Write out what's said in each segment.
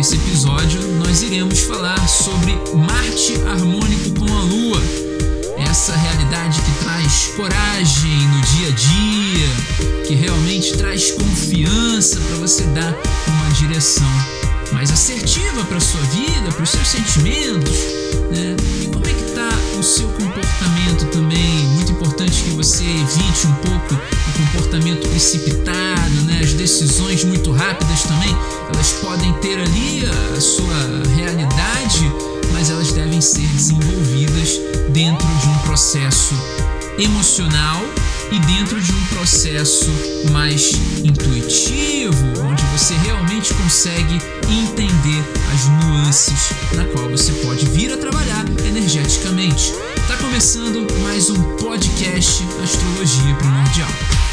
nesse episódio nós iremos falar sobre Marte harmônico com a Lua. Essa realidade que traz coragem no dia a dia, que realmente traz confiança para você dar uma direção mais assertiva para a sua vida, para os seus sentimentos, né? E como é que está o seu comportamento também? Muito importante que você evite um pouco o comportamento precipitado, né? As decisões muito rápidas também, elas podem ter ali a sua realidade, mas elas devem ser desenvolvidas dentro de um processo emocional e dentro de um processo mais intuitivo, onde você realmente consegue entender as nuances na qual você pode vir a trabalhar energeticamente. Está começando mais um podcast Astrologia Primordial.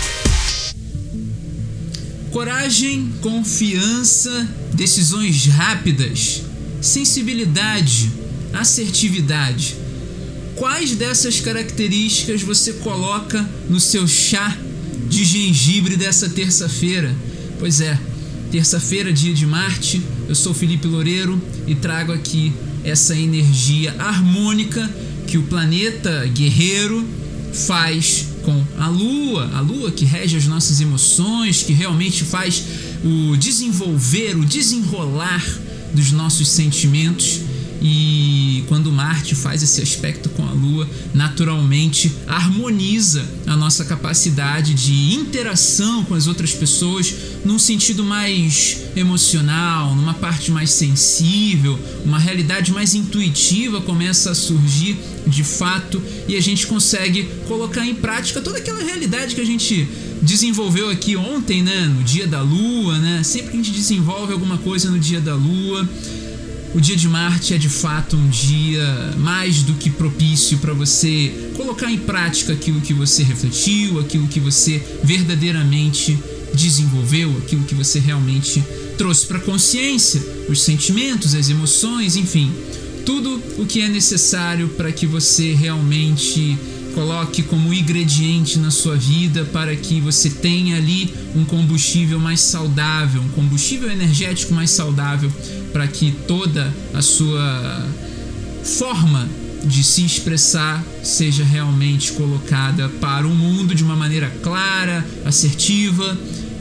Coragem, confiança, decisões rápidas, sensibilidade, assertividade. Quais dessas características você coloca no seu chá de gengibre dessa terça-feira? Pois é, terça-feira, dia de Marte, eu sou Felipe Loureiro e trago aqui essa energia harmônica que o planeta guerreiro faz com a Lua que rege as nossas emoções, que realmente faz o desenvolver, o desenrolar dos nossos sentimentos. E quando Marte faz esse aspecto com a Lua, naturalmente harmoniza a nossa capacidade de interação com as outras pessoas num sentido mais emocional, numa parte mais sensível, uma realidade mais intuitiva começa a surgir de fato e a gente consegue colocar em prática toda aquela realidade que a gente desenvolveu aqui ontem, né, no dia da Lua, né? Sempre que a gente desenvolve alguma coisa no dia da Lua, o dia de Marte é de fato um dia mais do que propício para você colocar em prática aquilo que você refletiu, aquilo que você verdadeiramente desenvolveu, aquilo que você realmente trouxe para a consciência, os sentimentos, as emoções, enfim, tudo o que é necessário para que você realmente coloque como ingrediente na sua vida para que você tenha ali um combustível mais saudável, um combustível energético mais saudável, para que toda a sua forma de se expressar seja realmente colocada para o mundo de uma maneira clara, assertiva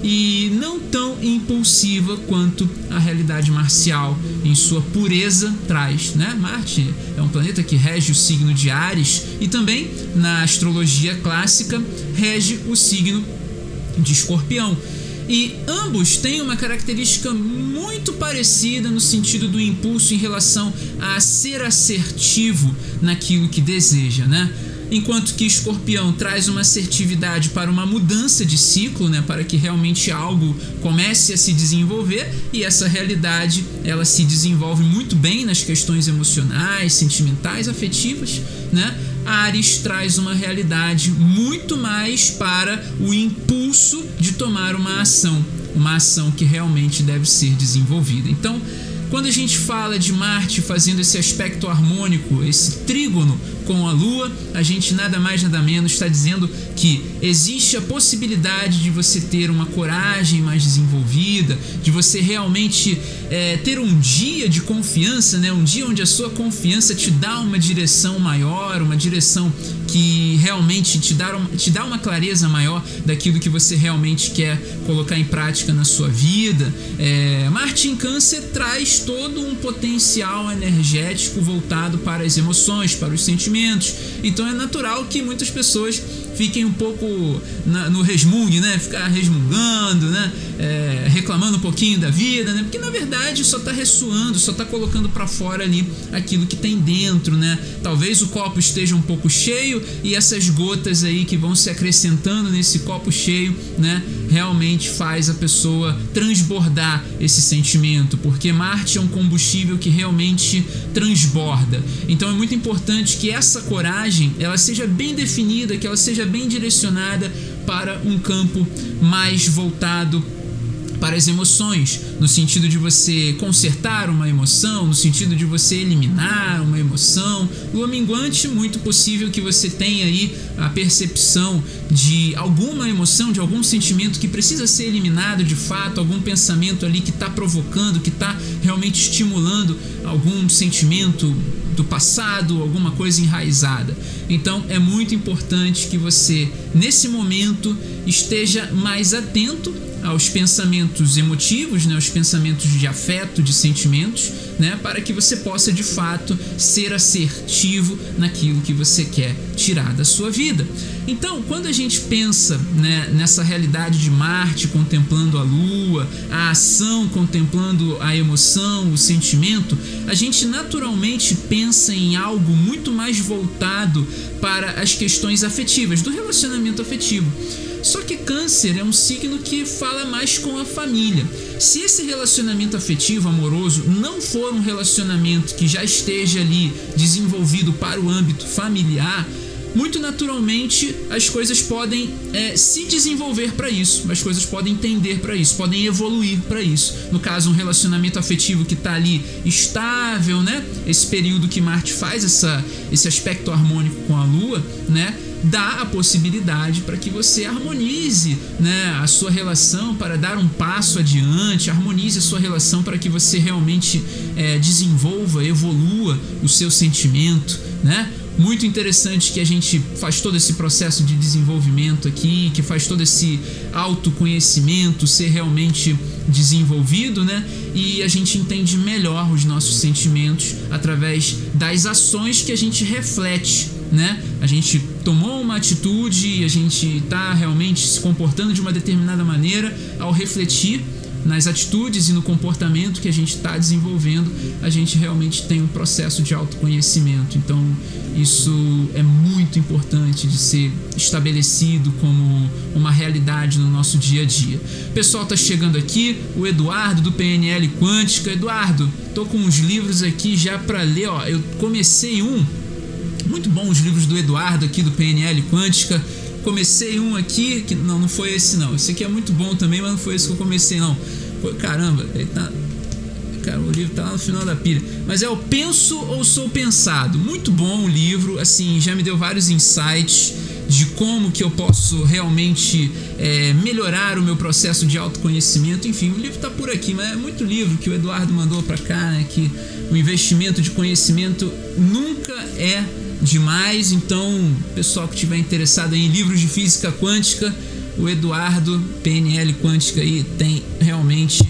e não tão impulsiva quanto a realidade marcial em sua pureza traz, né? Marte é um planeta que rege o signo de Áries e também na astrologia clássica rege o signo de Escorpião. E ambos têm uma característica muito parecida no sentido do impulso em relação a ser assertivo naquilo que deseja, né? Enquanto que Escorpião traz uma assertividade para uma mudança de ciclo, né, para que realmente algo comece a se desenvolver, e essa realidade ela se desenvolve muito bem nas questões emocionais, sentimentais, afetivas, né? Áries traz uma realidade muito mais para o impulso de tomar uma ação que realmente deve ser desenvolvida. Então, quando a gente fala de Marte fazendo esse aspecto harmônico, esse trígono com a Lua, a gente nada mais nada menos está dizendo que existe a possibilidade de você ter uma coragem mais desenvolvida, de você realmente ter um dia de confiança, né? Um dia onde a sua confiança te dá uma direção maior, uma direção que realmente te dá uma clareza maior daquilo que você realmente quer colocar em prática na sua vida. Marte em Câncer traz todo um potencial energético voltado para as emoções, para os sentimentos. Então é natural que muitas pessoas fiquem um pouco no resmungue, né? Ficar resmungando, né? Reclamando um pouquinho da vida, né? Porque na verdade só está ressoando, só está colocando para fora ali aquilo que tem dentro, né? Talvez o copo esteja um pouco cheio e essas gotas aí que vão se acrescentando nesse copo cheio, né? Realmente faz a pessoa transbordar esse sentimento, porque Marte é um combustível que realmente transborda. Então é muito importante que essa coragem ela seja bem definida, que ela seja bem direcionada para um campo mais voltado para as emoções, no sentido de você consertar uma emoção, no sentido de você eliminar uma emoção. Lua minguante, muito possível que você tenha aí a percepção de alguma emoção, de algum sentimento que precisa ser eliminado de fato, algum pensamento ali que está provocando, que está realmente estimulando algum sentimento do passado, alguma coisa enraizada. Então é muito importante que você, nesse momento, esteja mais atento aos pensamentos emotivos, né, aos pensamentos de afeto, de sentimentos, né, para que você possa de fato ser assertivo naquilo que você quer tirar da sua vida. Então, quando a gente pensa, né, nessa realidade de Marte contemplando a Lua, a ação contemplando a emoção, o sentimento, a gente naturalmente pensa em algo muito mais voltado para as questões afetivas, do relacionamento afetivo. Só que Câncer é um signo que fala mais com a família. Se esse relacionamento afetivo, amoroso, não for um relacionamento que já esteja ali desenvolvido para o âmbito familiar, muito naturalmente as coisas podem se desenvolver para isso, as coisas podem tender para isso, podem evoluir para isso. No caso, um relacionamento afetivo que está ali estável, né? Esse período que Marte faz esse aspecto harmônico com a Lua, né? Dá a possibilidade para que você harmonize, né, a sua relação para dar um passo adiante, harmonize a sua relação para que você realmente desenvolva, evolua o seu sentimento, né? Muito interessante que a gente faz todo esse processo de desenvolvimento aqui, que faz todo esse autoconhecimento ser realmente desenvolvido, né? E a gente entende melhor os nossos sentimentos através das ações que a gente reflete, né? A gente tomou uma atitude e a gente está realmente se comportando de uma determinada maneira. Ao refletir nas atitudes e no comportamento que a gente está desenvolvendo, a gente realmente tem um processo de autoconhecimento. Então isso é muito importante de ser estabelecido como uma realidade no nosso dia a dia. O pessoal está chegando aqui, o Eduardo do PNL Quântica. Eduardo, tô com uns livros aqui já para ler, ó. Eu comecei muito bom os livros do Eduardo aqui do PNL Quântica. Comecei um aqui, que não foi esse não. Esse aqui é muito bom também, mas não foi esse que eu comecei não. Caramba, ele tá... Cara, o livro tá lá no final da pilha. Mas é o Penso ou Sou Pensado. Muito bom o livro, assim, já me deu vários insights de como que eu posso realmente melhorar o meu processo de autoconhecimento. Enfim, o livro tá por aqui, mas é muito livro que o Eduardo mandou pra cá, né? Que o investimento de conhecimento nunca é demais. Então, pessoal que estiver interessado em livros de física quântica, o Eduardo, PNL Quântica aí, tem realmente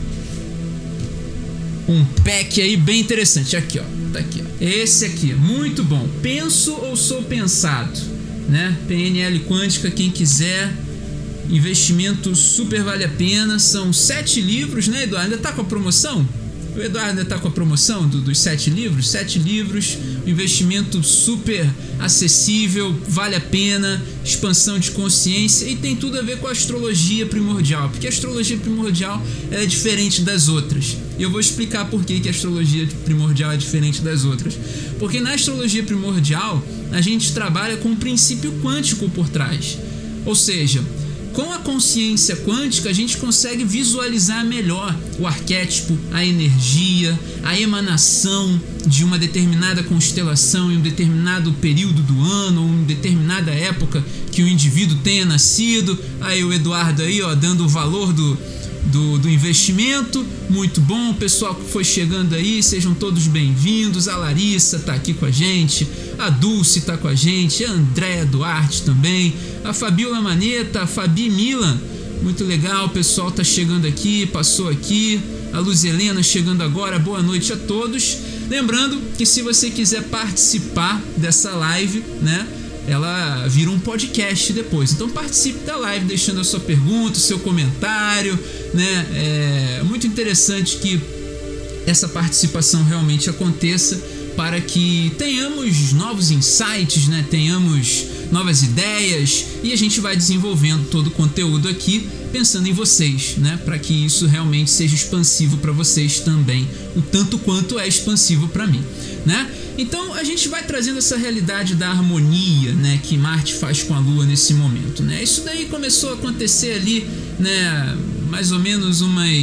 um pack aí bem interessante. Aqui, ó, tá aqui, ó. Esse aqui, muito bom. Penso ou Sou Pensado, né? PNL Quântica, quem quiser, investimento super vale a pena. São 7 livros, né, Eduardo? Ainda tá com a promoção? O Eduardo ainda está com a promoção dos 7 livros. 7 livros, investimento super acessível, vale a pena, expansão de consciência e tem tudo a ver com a astrologia primordial, porque a astrologia primordial ela é diferente das outras. E eu vou explicar por que a astrologia primordial é diferente das outras. Porque na astrologia primordial a gente trabalha com um princípio quântico por trás. Ou seja, com a consciência quântica, a gente consegue visualizar melhor o arquétipo, a energia, a emanação de uma determinada constelação em um determinado período do ano, ou em determinada época que o indivíduo tenha nascido. Aí o Eduardo aí, ó, dando o valor do investimento. Muito bom, o pessoal que foi chegando aí, sejam todos bem-vindos. A Larissa tá aqui com a gente, a Dulce tá com a gente, a Andréa Duarte também, a Fabiola Maneta, a Fabi Milan, muito legal, o pessoal tá chegando aqui, passou aqui, a Luz Helena chegando agora, boa noite a todos. Lembrando que se você quiser participar dessa live, né, ela vira um podcast depois. Então participe da live deixando a sua pergunta, o seu comentário, né? É muito interessante que essa participação realmente aconteça para que tenhamos novos insights, né? Tenhamos novas ideias e a gente vai desenvolvendo todo o conteúdo aqui pensando em vocês, né? Para que isso realmente seja expansivo para vocês também, o tanto quanto é expansivo para mim, né? Então a gente vai trazendo essa realidade da harmonia, né, que Marte faz com a Lua nesse momento, né? Isso daí começou a acontecer ali, né, mais ou menos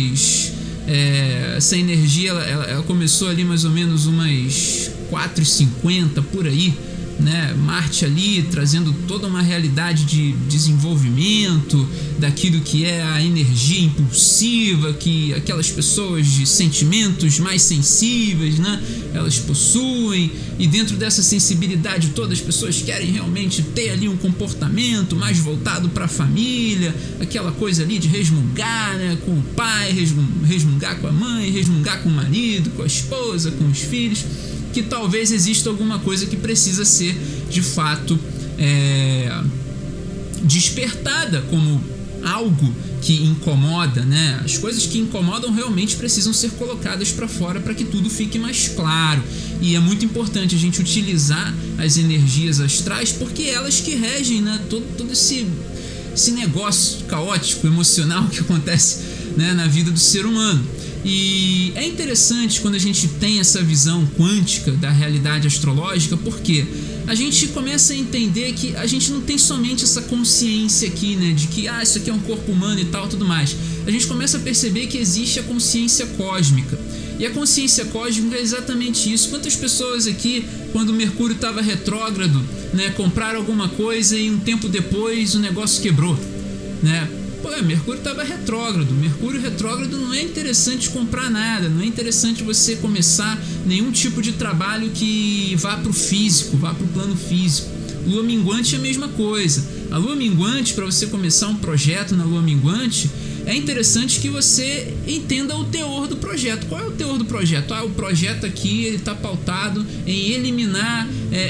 essa energia ela começou ali mais ou menos umas 4h50 por aí, né? Marte ali trazendo toda uma realidade de desenvolvimento daquilo que é a energia impulsiva que aquelas pessoas de sentimentos mais sensíveis, né? Elas possuem, e dentro dessa sensibilidade todas as pessoas querem realmente ter ali um comportamento mais voltado para a família, aquela coisa ali de resmungar, né? Com o pai, resmungar com a mãe, resmungar com o marido, com a esposa, com os filhos, que talvez exista alguma coisa que precisa ser de fato despertada como algo que incomoda, né? As coisas que incomodam realmente precisam ser colocadas para fora para que tudo fique mais claro. E é muito importante a gente utilizar as energias astrais, porque elas que regem, né, todo esse negócio caótico, emocional que acontece, né, na vida do ser humano. E é interessante quando a gente tem essa visão quântica da realidade astrológica, porque a gente começa a entender que a gente não tem somente essa consciência aqui, né, de que isso aqui é um corpo humano e tal, tudo mais. A gente começa a perceber que existe a consciência cósmica. E a consciência cósmica é exatamente isso. Quantas pessoas aqui, quando o Mercúrio estava retrógrado, né, compraram alguma coisa e um tempo depois o negócio quebrou, né? Mercúrio estava retrógrado. Mercúrio retrógrado não é interessante comprar nada, não é interessante você começar nenhum tipo de trabalho que vá para o físico, vá para o plano físico. Lua minguante é a mesma coisa. A lua minguante, para você começar um projeto na lua minguante, é interessante que você entenda o teor do projeto. Qual é o teor do projeto? O projeto aqui está pautado em eliminar,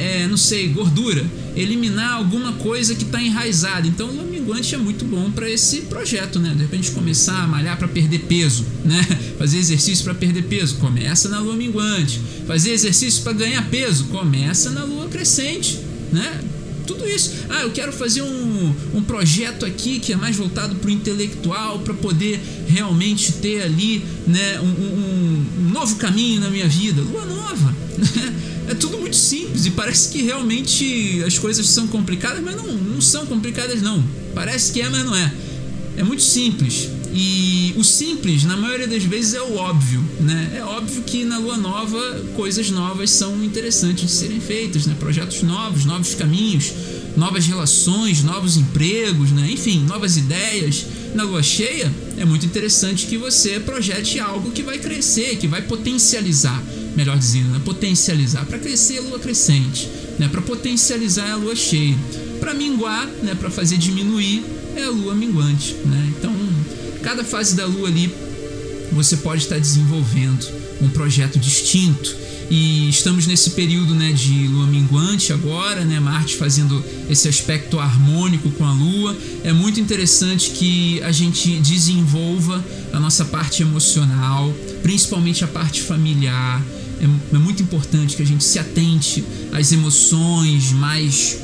gordura, eliminar alguma coisa que está enraizada. Então, lua minguante é muito bom para esse projeto, né? De repente começar a malhar para perder peso, né? Fazer exercício para perder peso, começa na lua minguante. Fazer exercício para ganhar peso, começa na lua crescente, né? Tudo isso. Eu quero fazer um projeto aqui que é mais voltado para o intelectual, para poder realmente ter ali, né, um novo caminho na minha vida. Lua nova. É tudo muito simples e parece que realmente as coisas são complicadas, mas não são complicadas não. Parece que é, mas não é. É muito simples. E o simples, na maioria das vezes, é o óbvio, né? É óbvio que na lua nova, coisas novas são interessantes de serem feitas, né? Projetos novos, novos caminhos, novas relações, novos empregos, né? Enfim, novas ideias. Na lua cheia, é muito interessante que você projete algo que vai crescer, que vai potencializar, melhor dizendo, né? Potencializar. Para crescer, a lua crescente, né? Para potencializar, a lua cheia. Para minguar, né? Para fazer diminuir, é a lua minguante, né? Então, cada fase da lua ali você pode estar desenvolvendo um projeto distinto. E estamos nesse período, né, de lua minguante agora, né, Marte fazendo esse aspecto harmônico com a lua. É muito interessante que a gente desenvolva a nossa parte emocional, principalmente a parte familiar. É muito importante que a gente se atente às emoções mais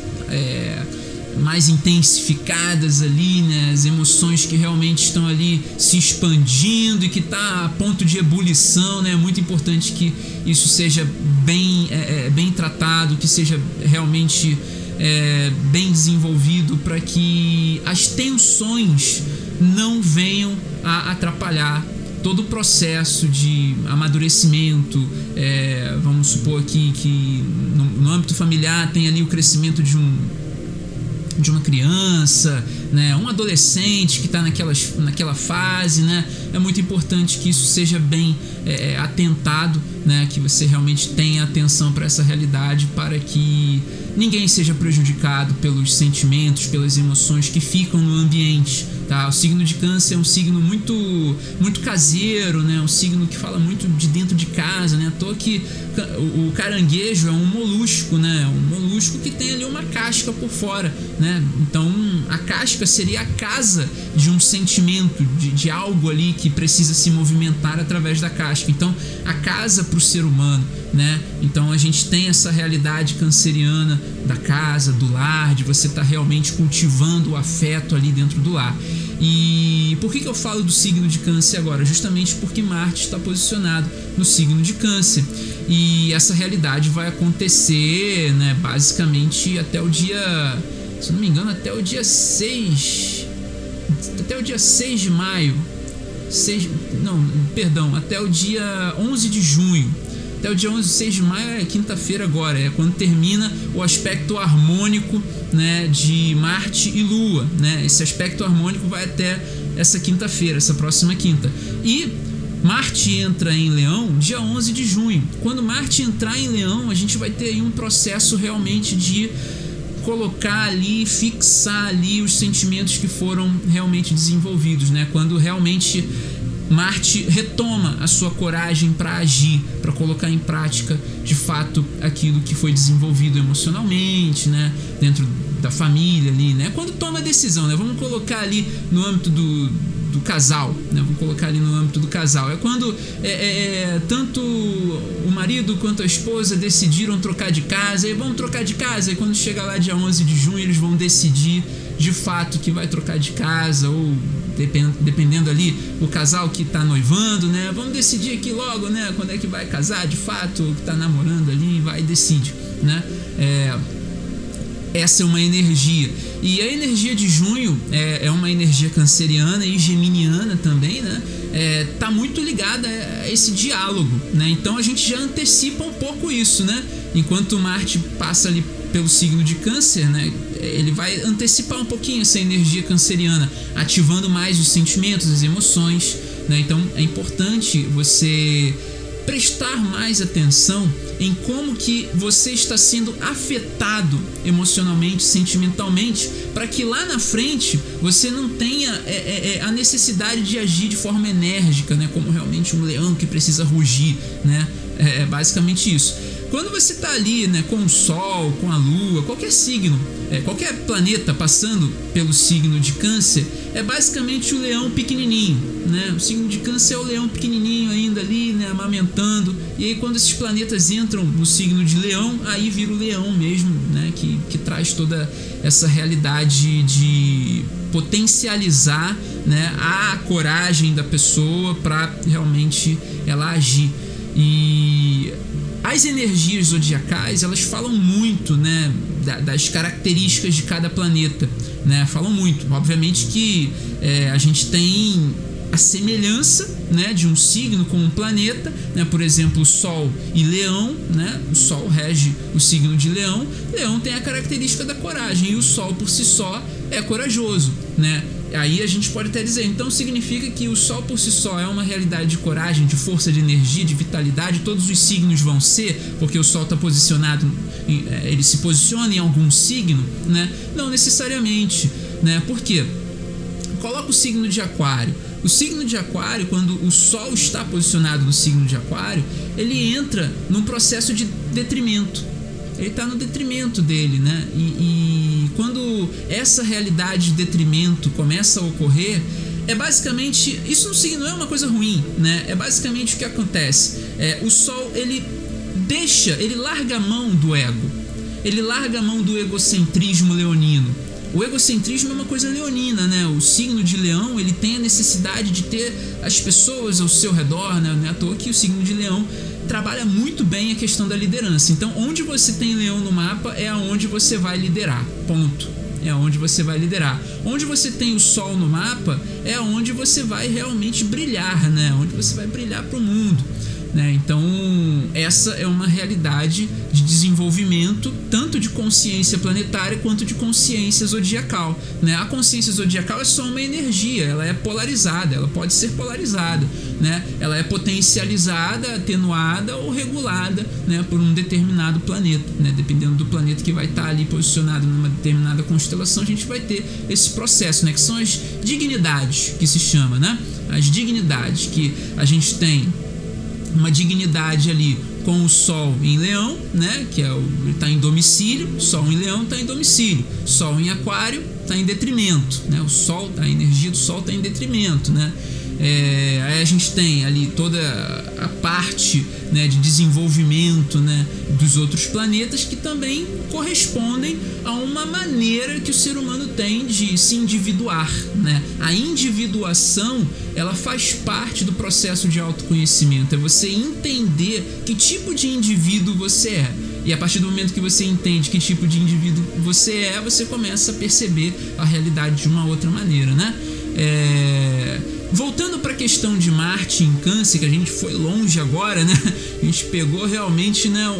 intensificadas ali, né? As emoções que realmente estão ali se expandindo e que está a ponto de ebulição, né? É muito importante que isso seja bem tratado, que seja realmente bem desenvolvido, para que as tensões não venham a atrapalhar todo o processo de amadurecimento. Vamos supor aqui que no âmbito familiar tem ali o crescimento de uma criança, né, um adolescente que está naquela fase, né, é muito importante que isso seja bem atentado, né, que você realmente tenha atenção para essa realidade, para que ninguém seja prejudicado pelos sentimentos, pelas emoções que ficam no ambiente. Tá? O signo de Câncer é um signo muito caseiro, né? Um signo que fala muito de dentro de casa, né? À toa que o caranguejo é um molusco, né? Um molusco que tem ali uma casca por fora, né? Então a casca seria a casa de um sentimento, de algo ali que precisa se movimentar através da casca. Então a casa para o ser humano, né? Então a gente tem essa realidade canceriana da casa, do lar, de você estar realmente cultivando o afeto ali dentro do lar. E por que eu falo do signo de Câncer agora? Justamente porque Marte está posicionado no signo de Câncer. E essa realidade vai acontecer, né, basicamente até o dia, se não me engano, até o dia 6 de maio, até o dia 11 de junho. Até o dia 11, 6 de maio é quinta-feira agora, é quando termina o aspecto harmônico, né, de Marte e Lua, né? Esse aspecto harmônico vai até essa quinta-feira, essa próxima quinta. E Marte entra em Leão dia 11 de junho. Quando Marte entrar em Leão, a gente vai ter aí um processo realmente de colocar ali, fixar ali os sentimentos que foram realmente desenvolvidos, né? Quando realmente Marte retoma a sua coragem para agir, para colocar em prática de fato aquilo que foi desenvolvido emocionalmente, né? Dentro da família ali, né? Quando toma a decisão, né? Vamos colocar ali no âmbito do casal, né? Vamos colocar ali no âmbito do casal. É quando tanto o marido quanto a esposa decidiram trocar de casa, e vão trocar de casa, e quando chega lá dia 11 de junho eles vão decidir de fato que vai trocar de casa, ou dependendo ali o casal que tá noivando, né? Vamos decidir aqui logo, né? Quando é que vai casar de fato, que tá namorando ali, vai e decide, né? Essa é uma energia. E a energia de junho é uma energia canceriana e geminiana também, né? Tá muito ligada a esse diálogo, né? Então a gente já antecipa um pouco isso, né? Enquanto Marte passa ali pelo signo de Câncer, né? Ele vai antecipar um pouquinho essa energia canceriana, ativando mais os sentimentos, as emoções, né? Então é importante você prestar mais atenção em como que você está sendo afetado emocionalmente, sentimentalmente, para que lá na frente você não tenha a necessidade de agir de forma enérgica, né? Como realmente um leão que precisa rugir, né? É basicamente isso. Quando você está ali, né, com o Sol, com a Lua, qualquer signo, qualquer planeta passando pelo signo de Câncer, é basicamente o leão pequenininho, né? O signo de Câncer é o leão pequenininho ainda ali, né, amamentando. E aí quando esses planetas entram no signo de Leão, aí vira o leão mesmo, né, que traz toda essa realidade de potencializar, né, a coragem da pessoa para realmente ela agir. E as energias zodiacais, elas falam muito, né, das características de cada planeta, né? Falam muito. Obviamente que a gente tem a semelhança, né, de um signo com um planeta, né? Por exemplo, o Sol e Leão, né? O Sol rege o signo de Leão. Leão tem a característica da coragem e o Sol por si só é corajoso, né? Aí a gente pode até dizer, então significa que o Sol por si só é uma realidade de coragem, de força, de energia, de vitalidade, todos os signos vão ser, porque o Sol está posicionado, ele se posiciona em algum signo, né? Não necessariamente, né? Por quê? Coloca o signo de Aquário. O signo de Aquário, quando o Sol está posicionado no signo de Aquário, ele entra num processo de detrimento. Ele está no detrimento dele, né? E quando essa realidade de detrimento começa a ocorrer, é basicamente... Isso no signo não é uma coisa ruim, né? É basicamente o que acontece. O Sol, ele larga a mão do ego. Ele larga a mão do egocentrismo leonino. O egocentrismo é uma coisa leonina, né? O signo de Leão, ele tem a necessidade de ter as pessoas ao seu redor, né? Não é à toa que o signo de Leão trabalha muito bem a questão da liderança. Então, onde você tem Leão no mapa é aonde você vai liderar. Ponto. É onde você vai liderar. Onde você tem o Sol no mapa é onde você vai realmente brilhar, né? Onde você vai brilhar para o mundo, né? Então, essa é uma realidade de desenvolvimento tanto de consciência planetária quanto de consciência zodiacal, né? A consciência zodiacal é só uma energia, ela é polarizada, ela pode ser polarizada, né? Ela é potencializada, atenuada ou regulada, né, por um determinado planeta, né? Dependendo do planeta que vai estar ali posicionado numa determinada constelação, a gente vai ter esse processo, né? Que são as dignidades, que se chama, né? As dignidades que a gente tem. Uma dignidade ali com o Sol em Leão, né? Que ele está em domicílio. Sol em Leão está em domicílio. Sol em Aquário está em detrimento, né? O Sol, a energia do Sol está em detrimento, né? Aí a gente tem ali toda a parte, né, de desenvolvimento, né, dos outros planetas que também correspondem a uma maneira que o ser humano tem de se individuar, né? A individuação, ela faz parte do processo de autoconhecimento, é você entender que tipo de indivíduo você é. E a partir do momento que você entende que tipo de indivíduo você é, você começa a perceber a realidade de uma outra maneira, né? Voltando para a questão de Marte em Câncer, que a gente foi longe agora, né? A gente pegou realmente, né,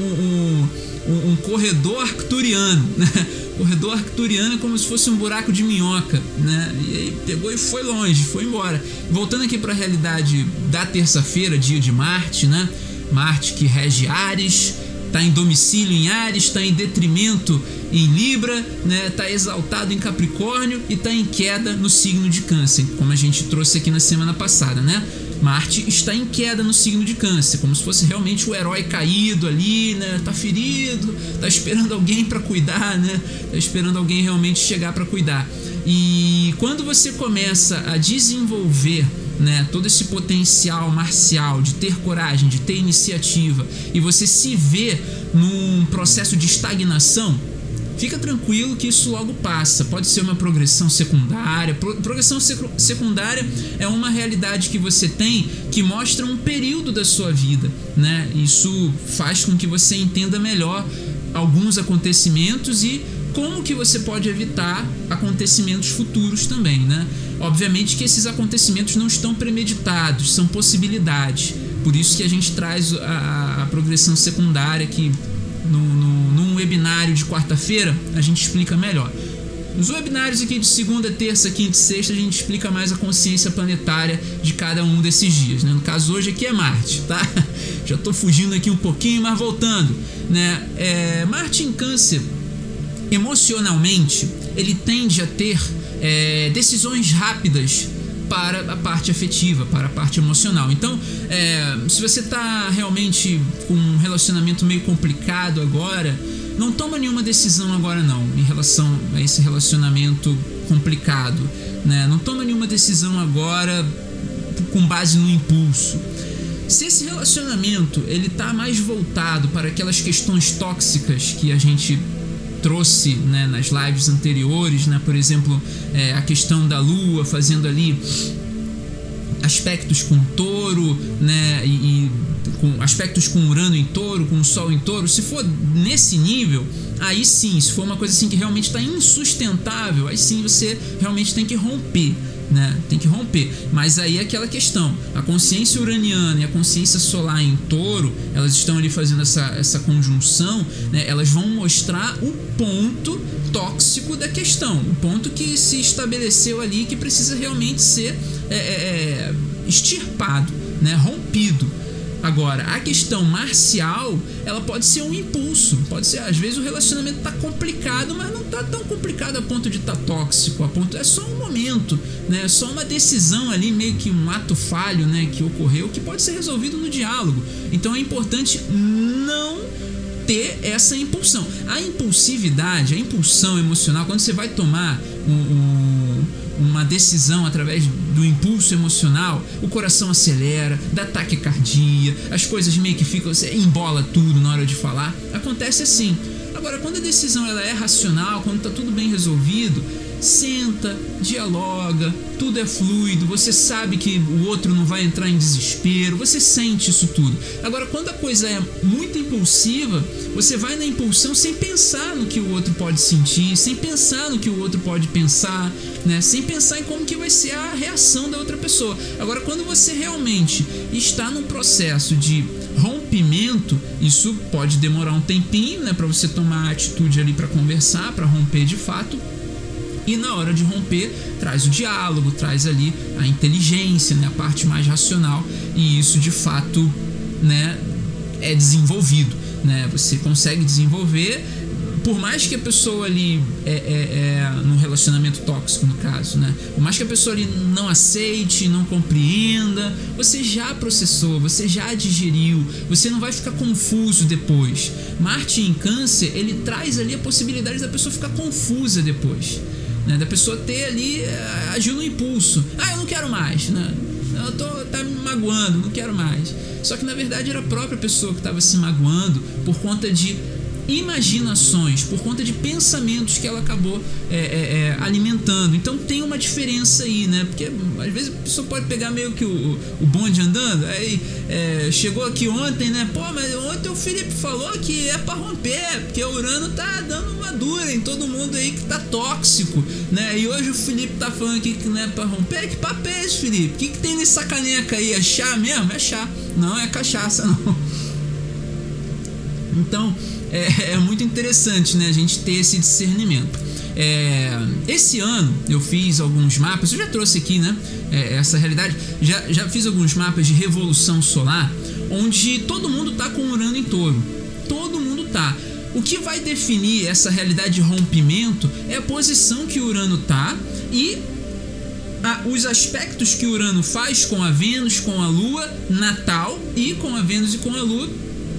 um corredor arcturiano, né? Corredor arcturiano é como se fosse um buraco de minhoca, né? E aí pegou e foi longe, foi embora. Voltando aqui para a realidade da terça-feira, dia de Marte, né? Marte que rege Áries, está em domicílio em Áries, está em detrimento em Libra, né? Está exaltado em Capricórnio e está em queda no signo de Câncer, como a gente trouxe aqui na semana passada, né? Marte está em queda no signo de Câncer, como se fosse realmente o herói caído ali, né? Tá ferido, tá esperando alguém para cuidar, né? Tá esperando alguém realmente chegar para cuidar. E quando você começa a desenvolver, né, todo esse potencial marcial de ter coragem, de ter iniciativa, e você se vê num processo de estagnação, fica tranquilo que isso logo passa. Pode ser uma progressão secundária. Progressão secundária é uma realidade que você tem que mostra um período da sua vida, né? Isso faz com que você entenda melhor alguns acontecimentos e como que você pode evitar acontecimentos futuros também, né? Obviamente que esses acontecimentos não estão premeditados, são possibilidades. Por isso que a gente traz a progressão secundária que num webinário de quarta-feira a gente explica melhor. Nos webinários aqui de segunda, terça, quinta e sexta a gente explica mais a consciência planetária de cada um desses dias, né? No caso hoje aqui é Marte, tá? Já tô fugindo aqui um pouquinho, mas voltando, né? Marte em Câncer, emocionalmente, ele tende a ter decisões rápidas para a parte afetiva, para a parte emocional. Então, se você está realmente com um relacionamento meio complicado agora, não toma nenhuma decisão agora não, em relação a esse relacionamento complicado, né? Não toma nenhuma decisão agora com base no impulso. Se esse relacionamento ele tá mais voltado para aquelas questões tóxicas que a gente trouxe, né, nas lives anteriores, né? Por exemplo, a questão da Lua fazendo ali aspectos com Touro, né, e com aspectos com Urano em Touro, com o Sol em Touro. Se for nesse nível, aí sim, se for uma coisa assim que realmente está insustentável, aí sim você realmente tem que romper, né? Tem que romper. Mas aí é aquela questão, a consciência uraniana e a consciência solar em Touro, elas estão ali fazendo essa conjunção, né? Elas vão mostrar o ponto tóxico da questão, o ponto que se estabeleceu ali, que precisa realmente ser extirpado, né? Rompido. Agora, a questão marcial, ela pode ser um impulso, pode ser, às vezes o relacionamento tá complicado, mas não tá tão complicado a ponto de tá tóxico, é só um momento, né? É só uma decisão ali, meio que um ato falho, né, que ocorreu, que pode ser resolvido no diálogo. Então é importante não ter essa impulsão. A impulsividade, a impulsão emocional, quando você vai tomar uma decisão através do impulso emocional, o coração acelera, dá taquicardia, as coisas meio que ficam, você embola tudo na hora de falar, acontece assim. Agora, quando a decisão ela é racional, quando está tudo bem resolvido, senta, dialoga, tudo é fluido, você sabe que o outro não vai entrar em desespero, você sente isso tudo. Agora, quando a coisa é muito impulsiva, você vai na impulsão sem pensar no que o outro pode sentir, sem pensar no que o outro pode pensar, né? Sem pensar em como que vai ser a reação da outra pessoa. Agora, quando você realmente está num processo de rompimento, isso pode demorar um tempinho, né, para você tomar a atitude ali para conversar, para romper de fato. E na hora de romper, traz o diálogo, traz ali a inteligência, né, a parte mais racional, e isso de fato, né, é desenvolvido, né? Você consegue desenvolver, por mais que a pessoa ali num relacionamento tóxico, no caso, né? Por mais que a pessoa ali não aceite, não compreenda, você já processou, você já digeriu, você não vai ficar confuso depois. Marte em Câncer, ele traz ali a possibilidade da pessoa ficar confusa depois, né? Da pessoa ter ali, agir no impulso. Eu não quero mais, né? Tá me magoando, não quero mais. Só que na verdade era a própria pessoa que estava se magoando por conta de imaginações, por conta de pensamentos que ela acabou alimentando. Então tem uma diferença aí, né? Porque às vezes a pessoa pode pegar meio que o bonde andando, aí chegou aqui ontem, né? Pô, mas ontem o Felipe falou que é pra romper, porque o Urano tá dando uma dura em todo mundo aí que tá tóxico, né? E hoje o Felipe tá falando aqui que não é pra romper. Que papo é esse, Felipe? O que tem nessa caneca aí? É chá mesmo? É chá, não é cachaça, não. Então é muito interessante, né, a gente ter esse discernimento. Esse ano eu fiz alguns mapas, eu já trouxe aqui, né, essa realidade, já fiz alguns mapas de revolução solar, onde todo mundo tá com Urano em Touro, todo mundo tá. O que vai definir essa realidade de rompimento é a posição que o Urano tá e os aspectos que o Urano faz com a Vênus, com a Lua natal e com a Vênus e com a Lua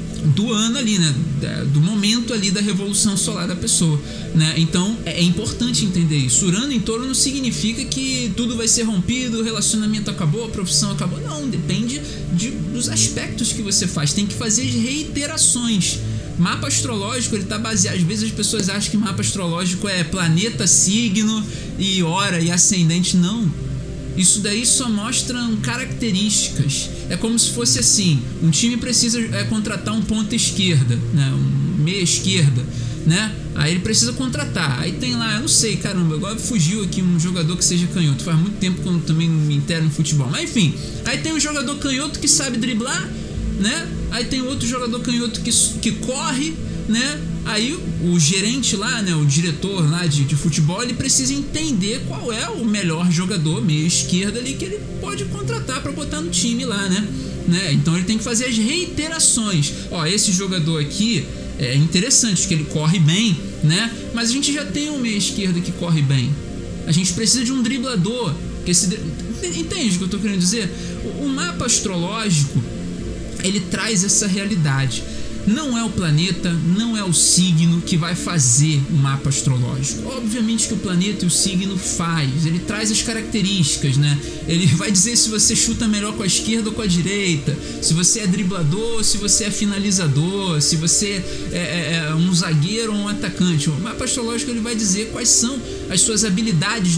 do ano ali, né, do momento ali da revolução solar da pessoa, né? Então é importante entender isso. Urano em Touro não significa que tudo vai ser rompido, o relacionamento acabou, a profissão acabou. Não, depende dos aspectos que você faz. Tem que fazer reiterações. Mapa astrológico, ele tá baseado, às vezes as pessoas acham que mapa astrológico é planeta, signo e hora e ascendente. Não. Isso daí só mostram características. É como se fosse assim: um time precisa contratar um ponta esquerda, né? Um meia esquerda, né? Aí ele precisa contratar. Aí tem lá, eu não sei, caramba, agora fugiu aqui um jogador que seja canhoto. Faz muito tempo que eu também não me intero no futebol. Mas enfim, aí tem um jogador canhoto que sabe driblar, né? Aí tem outro jogador canhoto que corre, né? Aí o gerente lá, né, o diretor lá de futebol, ele precisa entender qual é o melhor jogador meia esquerda ali que ele pode contratar para botar no time lá, né? Então ele tem que fazer as reiterações. Ó, esse jogador aqui é interessante porque ele corre bem, né? Mas a gente já tem um meia esquerda que corre bem. A gente precisa de um driblador. Entende o que eu tô querendo dizer? O mapa astrológico, ele traz essa realidade. Não é o planeta, não é o signo que vai fazer o mapa astrológico. Obviamente que o planeta e o signo faz, ele traz as características, né? Ele vai dizer se você chuta melhor com a esquerda ou com a direita, se você é driblador, se você é finalizador, se você é um zagueiro ou um atacante. O mapa astrológico, ele vai dizer quais são as suas habilidades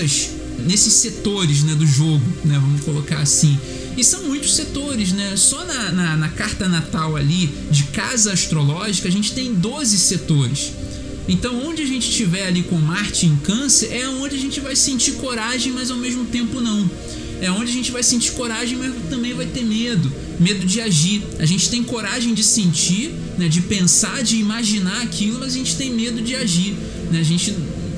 nesses setores, né, do jogo, né? Vamos colocar assim. E são muitos setores, né? Só na carta natal ali de casa astrológica a gente tem 12 setores. Então onde a gente estiver ali com Marte em Câncer é onde a gente vai sentir coragem, mas ao mesmo tempo não. É onde a gente vai sentir coragem, mas também vai ter medo de agir. A gente tem coragem de sentir, né, de pensar, de imaginar aquilo, mas a gente tem medo de agir, né? A gente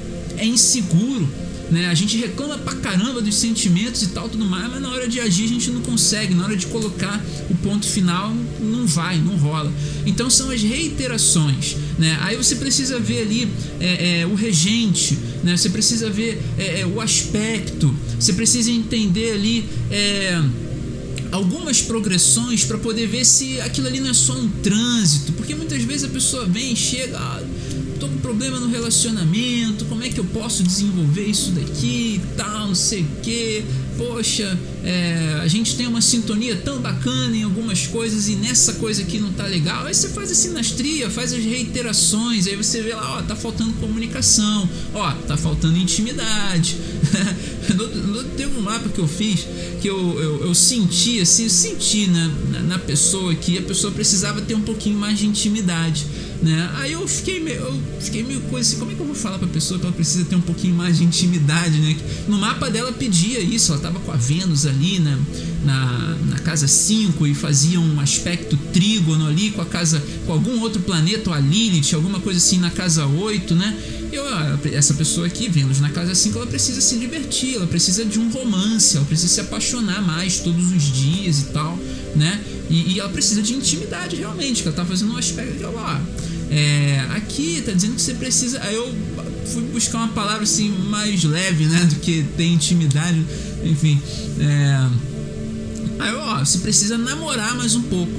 é inseguro, né? A gente reclama pra caramba dos sentimentos e tal, tudo mais, mas na hora de agir a gente não consegue, na hora de colocar o ponto final não rola. Então são as reiterações, né? Aí você precisa ver ali o regente, né? Você precisa ver o aspecto, você precisa entender ali algumas progressões para poder ver se aquilo ali não é só um trânsito, porque muitas vezes a pessoa vem e chega, tô com problema no relacionamento, como é que eu posso desenvolver isso daqui e tal, não sei o que, poxa, a gente tem uma sintonia tão bacana em algumas coisas e nessa coisa aqui não tá legal. Aí você faz a sinastria, faz as reiterações, aí você vê lá, tá faltando comunicação, tá faltando intimidade. Teve um mapa que eu fiz que eu senti assim, na pessoa que a pessoa precisava ter um pouquinho mais de intimidade, né? Aí eu fiquei meio coisa assim, como é que eu vou falar pra pessoa que ela precisa ter um pouquinho mais de intimidade, né? No mapa dela pedia isso, ela tava com a Vênus ali, né, na casa 5 e fazia um aspecto trígono ali com algum outro planeta, ou a Lilith, alguma coisa assim na casa 8, né? Essa pessoa aqui, Vênus na casa 5, ela precisa se divertir, ela precisa de um romance, ela precisa se apaixonar mais todos os dias e tal, né? E ela precisa de intimidade realmente, que ela tá fazendo um aspecto de aqui tá dizendo que você precisa. Aí eu fui buscar uma palavra assim mais leve, né, do que ter intimidade, enfim. Aí você precisa namorar mais um pouco,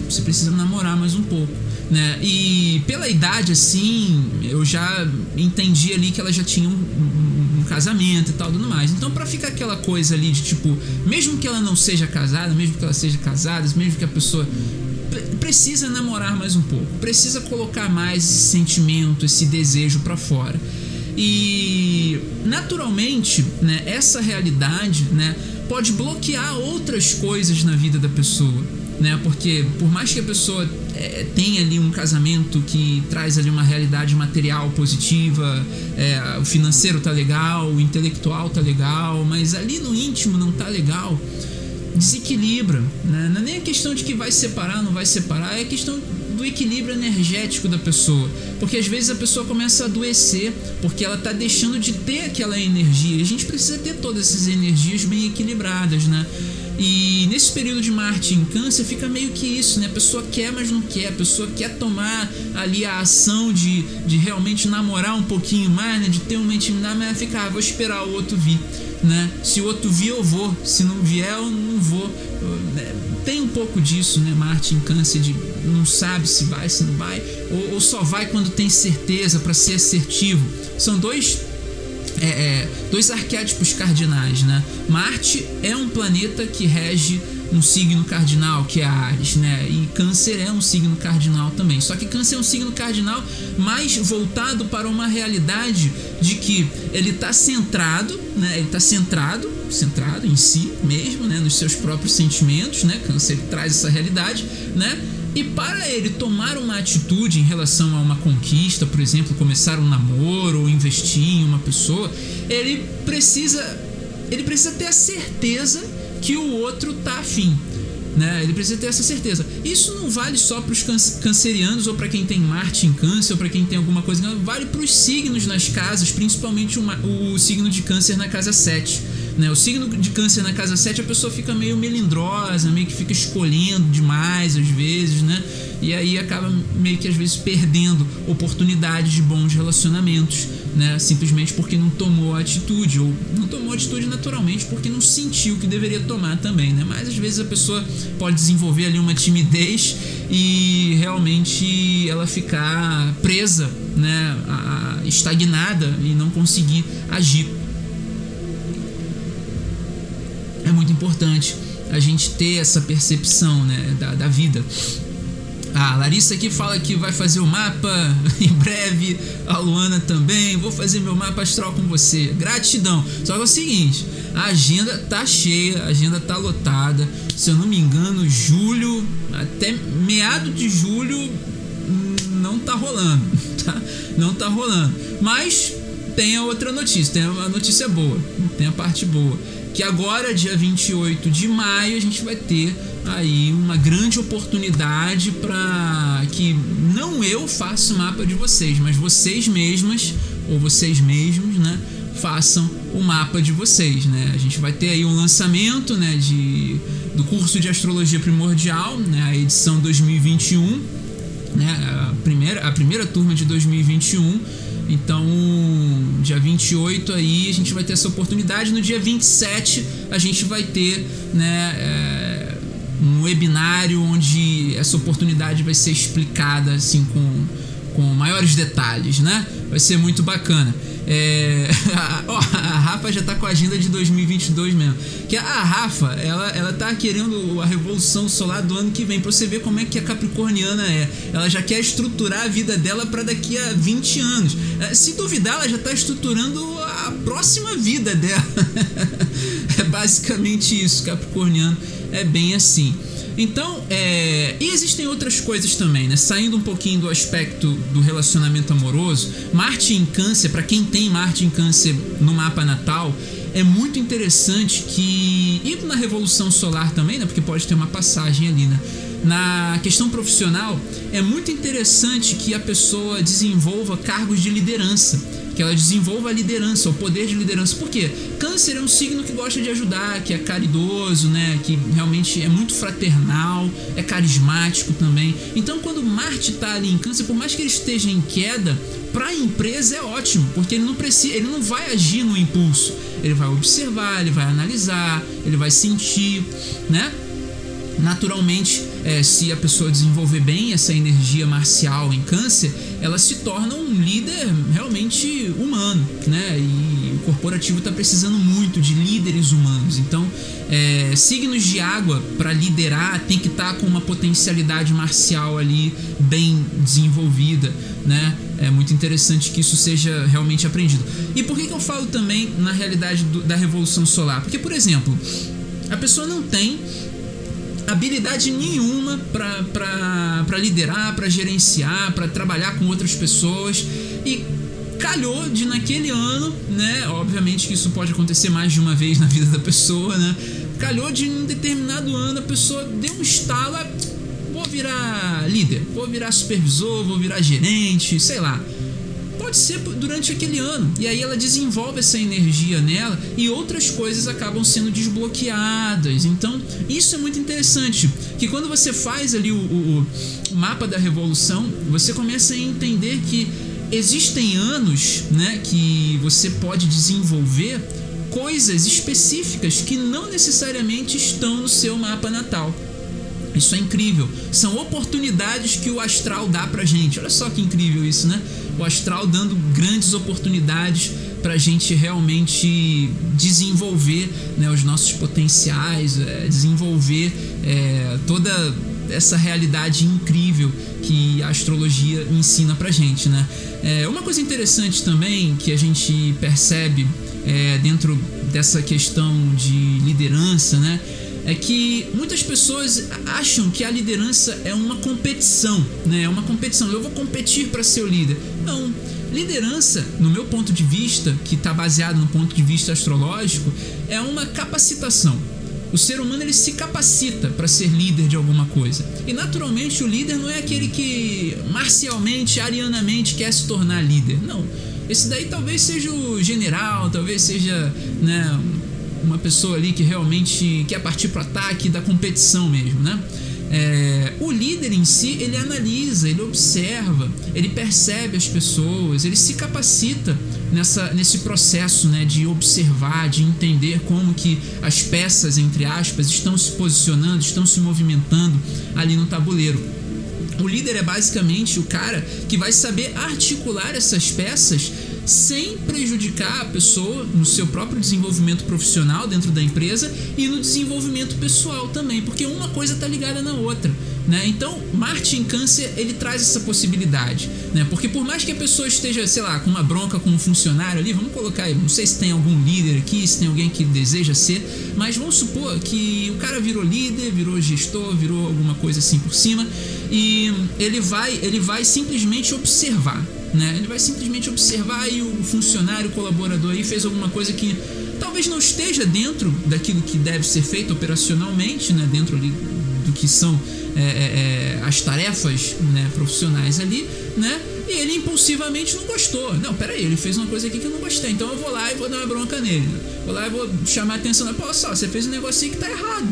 né? E pela idade assim, eu já entendi ali que ela já tinha um casamento e tal, tudo mais. Então pra ficar aquela coisa ali de tipo, mesmo que ela não seja casada, mesmo que ela seja casada, mesmo que a pessoa precisa namorar mais um pouco, precisa colocar mais esse sentimento, esse desejo para fora. E naturalmente, né, essa realidade, né, pode bloquear outras coisas na vida da pessoa, né, porque por mais que a pessoa tenha ali um casamento que traz ali uma realidade material positiva, o financeiro tá legal, o intelectual tá legal, mas ali no íntimo não tá legal, desequilibra, né? Não é nem a questão de que vai separar, não vai separar, é a questão do equilíbrio energético da pessoa, porque às vezes a pessoa começa a adoecer porque ela tá deixando de ter aquela energia. A gente precisa ter todas essas energias bem equilibradas, né? E nesse período de Marte em Câncer fica meio que isso, né? A pessoa quer, mas não quer. A pessoa quer tomar ali a ação de realmente namorar um pouquinho mais, né? De ter uma intimidade, mas fica, vou esperar o outro vir, né? Se o outro vir, eu vou. Se não vier, eu não vou. Tem um pouco disso, né? Marte em Câncer, de não sabe se vai, se não vai, ou só vai quando tem certeza, para ser assertivo. São dois arquétipos cardinais, né? Marte é um planeta que rege um signo cardinal, que é Áries, né? E Câncer é um signo cardinal também. Só que Câncer é um signo cardinal mais voltado para uma realidade de que ele está centrado, né? Ele está centrado em si mesmo, né? Nos seus próprios sentimentos, né? Câncer traz essa realidade, né? E para ele tomar uma atitude em relação a uma conquista, por exemplo, começar um namoro ou investir em uma pessoa, ele precisa ter a certeza que o outro tá afim, né? Ele precisa ter essa certeza. Isso não vale só para os cancerianos ou para quem tem Marte em Câncer ou para quem tem alguma coisa, não, vale para os signos nas casas, principalmente o signo de Câncer na casa 7. Né? O signo de Câncer na casa 7, a pessoa fica meio melindrosa, meio que fica escolhendo demais às vezes, né? E aí acaba meio que às vezes perdendo oportunidades de bons relacionamentos, né? Simplesmente porque não tomou a atitude, ou não tomou a atitude naturalmente porque não sentiu que deveria tomar também, né? Mas às vezes a pessoa pode desenvolver ali uma timidez e realmente ela ficar presa, né? Estagnada e não conseguir agir. É muito importante a gente ter essa percepção, né, da vida. A Larissa aqui fala que vai fazer o mapa em breve. A Luana também. Vou fazer meu mapa astral com você. Gratidão. Só que é o seguinte, a agenda tá cheia, a agenda tá lotada. Se eu não me engano, julho, até meado de julho, não tá rolando, tá? Não tá rolando. Mas tem a outra notícia, tem a notícia boa, tem a parte boa. Que agora, dia 28 de maio, a gente vai ter aí uma grande oportunidade para que não eu faça o mapa de vocês, mas vocês mesmas ou vocês mesmos, né, façam o mapa de vocês, né? A gente vai ter aí um lançamento, né, do curso de Astrologia Primordial, né, a edição 2021, né, a primeira turma de 2021. Então, dia 28 aí a gente vai ter essa oportunidade. No dia 27 a gente vai ter, né, um webinário onde essa oportunidade vai ser explicada assim com maiores detalhes, né? Vai ser muito bacana. A Rafa já tá com a agenda de 2022 mesmo. Que a Rafa, ela tá querendo a revolução solar do ano que vem, pra você ver como é que a capricorniana é. Ela já quer estruturar a vida dela para daqui a 20 anos. Se duvidar, ela já tá estruturando a próxima vida dela. É basicamente isso, capricorniano é bem assim. Então, e existem outras coisas também, né? Saindo um pouquinho do aspecto do relacionamento amoroso, Marte em Câncer, para quem tem Marte em Câncer no mapa natal, é muito interessante que, e na revolução solar também, né? Porque pode ter uma passagem ali, né? Na questão profissional, é muito interessante que a pessoa desenvolva cargos de liderança, que ela desenvolva a liderança, o poder de liderança. Por quê? Câncer é um signo que gosta de ajudar, que é caridoso, né? Que realmente é muito fraternal, é carismático também. Então, quando Marte está ali em Câncer, por mais que ele esteja em queda, para a empresa é ótimo, porque ele não vai agir no impulso. Ele vai observar, ele vai analisar, ele vai sentir, né? Naturalmente, se a pessoa desenvolver bem essa energia marcial em Câncer, ela se torna um líder realmente humano, né? E o corporativo está precisando muito de líderes humanos. Então, signos de água para liderar tem que estar com uma potencialidade marcial ali bem desenvolvida, né? É muito interessante que isso seja realmente aprendido. E por que eu falo também na realidade da Revolução Solar? Porque, por exemplo, a pessoa não tem habilidade nenhuma para liderar, para gerenciar, para trabalhar com outras pessoas, e calhou de naquele ano, né? Obviamente que isso pode acontecer mais de uma vez na vida da pessoa, né? Calhou de em um determinado ano a pessoa deu um estalo, vou virar líder, vou virar supervisor, vou virar gerente, sei lá. Pode ser durante aquele ano, e aí ela desenvolve essa energia nela e outras coisas acabam sendo desbloqueadas. Então isso é muito interessante, que quando você faz ali o mapa da revolução, você começa a entender que existem anos, né, que você pode desenvolver coisas específicas que não necessariamente estão no seu mapa natal. Isso é incrível. São oportunidades que o astral dá pra gente. Olha só que incrível isso, né? O astral dando grandes oportunidades pra gente realmente desenvolver, né, os nossos potenciais, desenvolver toda essa realidade incrível que a astrologia ensina pra gente, né? Uma coisa interessante também que a gente percebe dentro dessa questão de liderança, né, é que muitas pessoas acham que a liderança é uma competição, né? É uma competição, eu vou competir para ser o líder. Não, liderança, no meu ponto de vista, que está baseado no ponto de vista astrológico, é uma capacitação. O ser humano, ele se capacita para ser líder de alguma coisa. E naturalmente o líder não é aquele que marcialmente, arianamente quer se tornar líder. Não, esse daí talvez seja o general, talvez seja, né, uma pessoa ali que realmente quer partir para o ataque da competição mesmo, né? O líder em si, ele analisa, ele observa, ele percebe as pessoas, ele se capacita nesse processo, né, de observar, de entender como que as peças, entre aspas, estão se posicionando, estão se movimentando ali no tabuleiro. O líder é basicamente o cara que vai saber articular essas peças sem prejudicar a pessoa no seu próprio desenvolvimento profissional dentro da empresa e no desenvolvimento pessoal também, porque uma coisa está ligada na outra, né? Então, Marte em Câncer, ele traz essa possibilidade, né? Porque por mais que a pessoa esteja, sei lá, com uma bronca com um funcionário ali, vamos colocar aí, não sei se tem algum líder aqui, se tem alguém que deseja ser, mas vamos supor que o cara virou líder, virou gestor, virou alguma coisa assim por cima, e ele vai simplesmente observar, né? Ele vai simplesmente observar e o funcionário, o colaborador aí fez alguma coisa que talvez não esteja dentro daquilo que deve ser feito operacionalmente, né? Dentro ali do que são as tarefas, né, profissionais ali, né? E ele impulsivamente não gostou. Não, peraí, ele fez uma coisa aqui que eu não gostei, então eu vou lá e vou dar uma bronca nele. Vou lá e vou chamar a atenção. Pô, só, você fez um negócio aí que tá errado.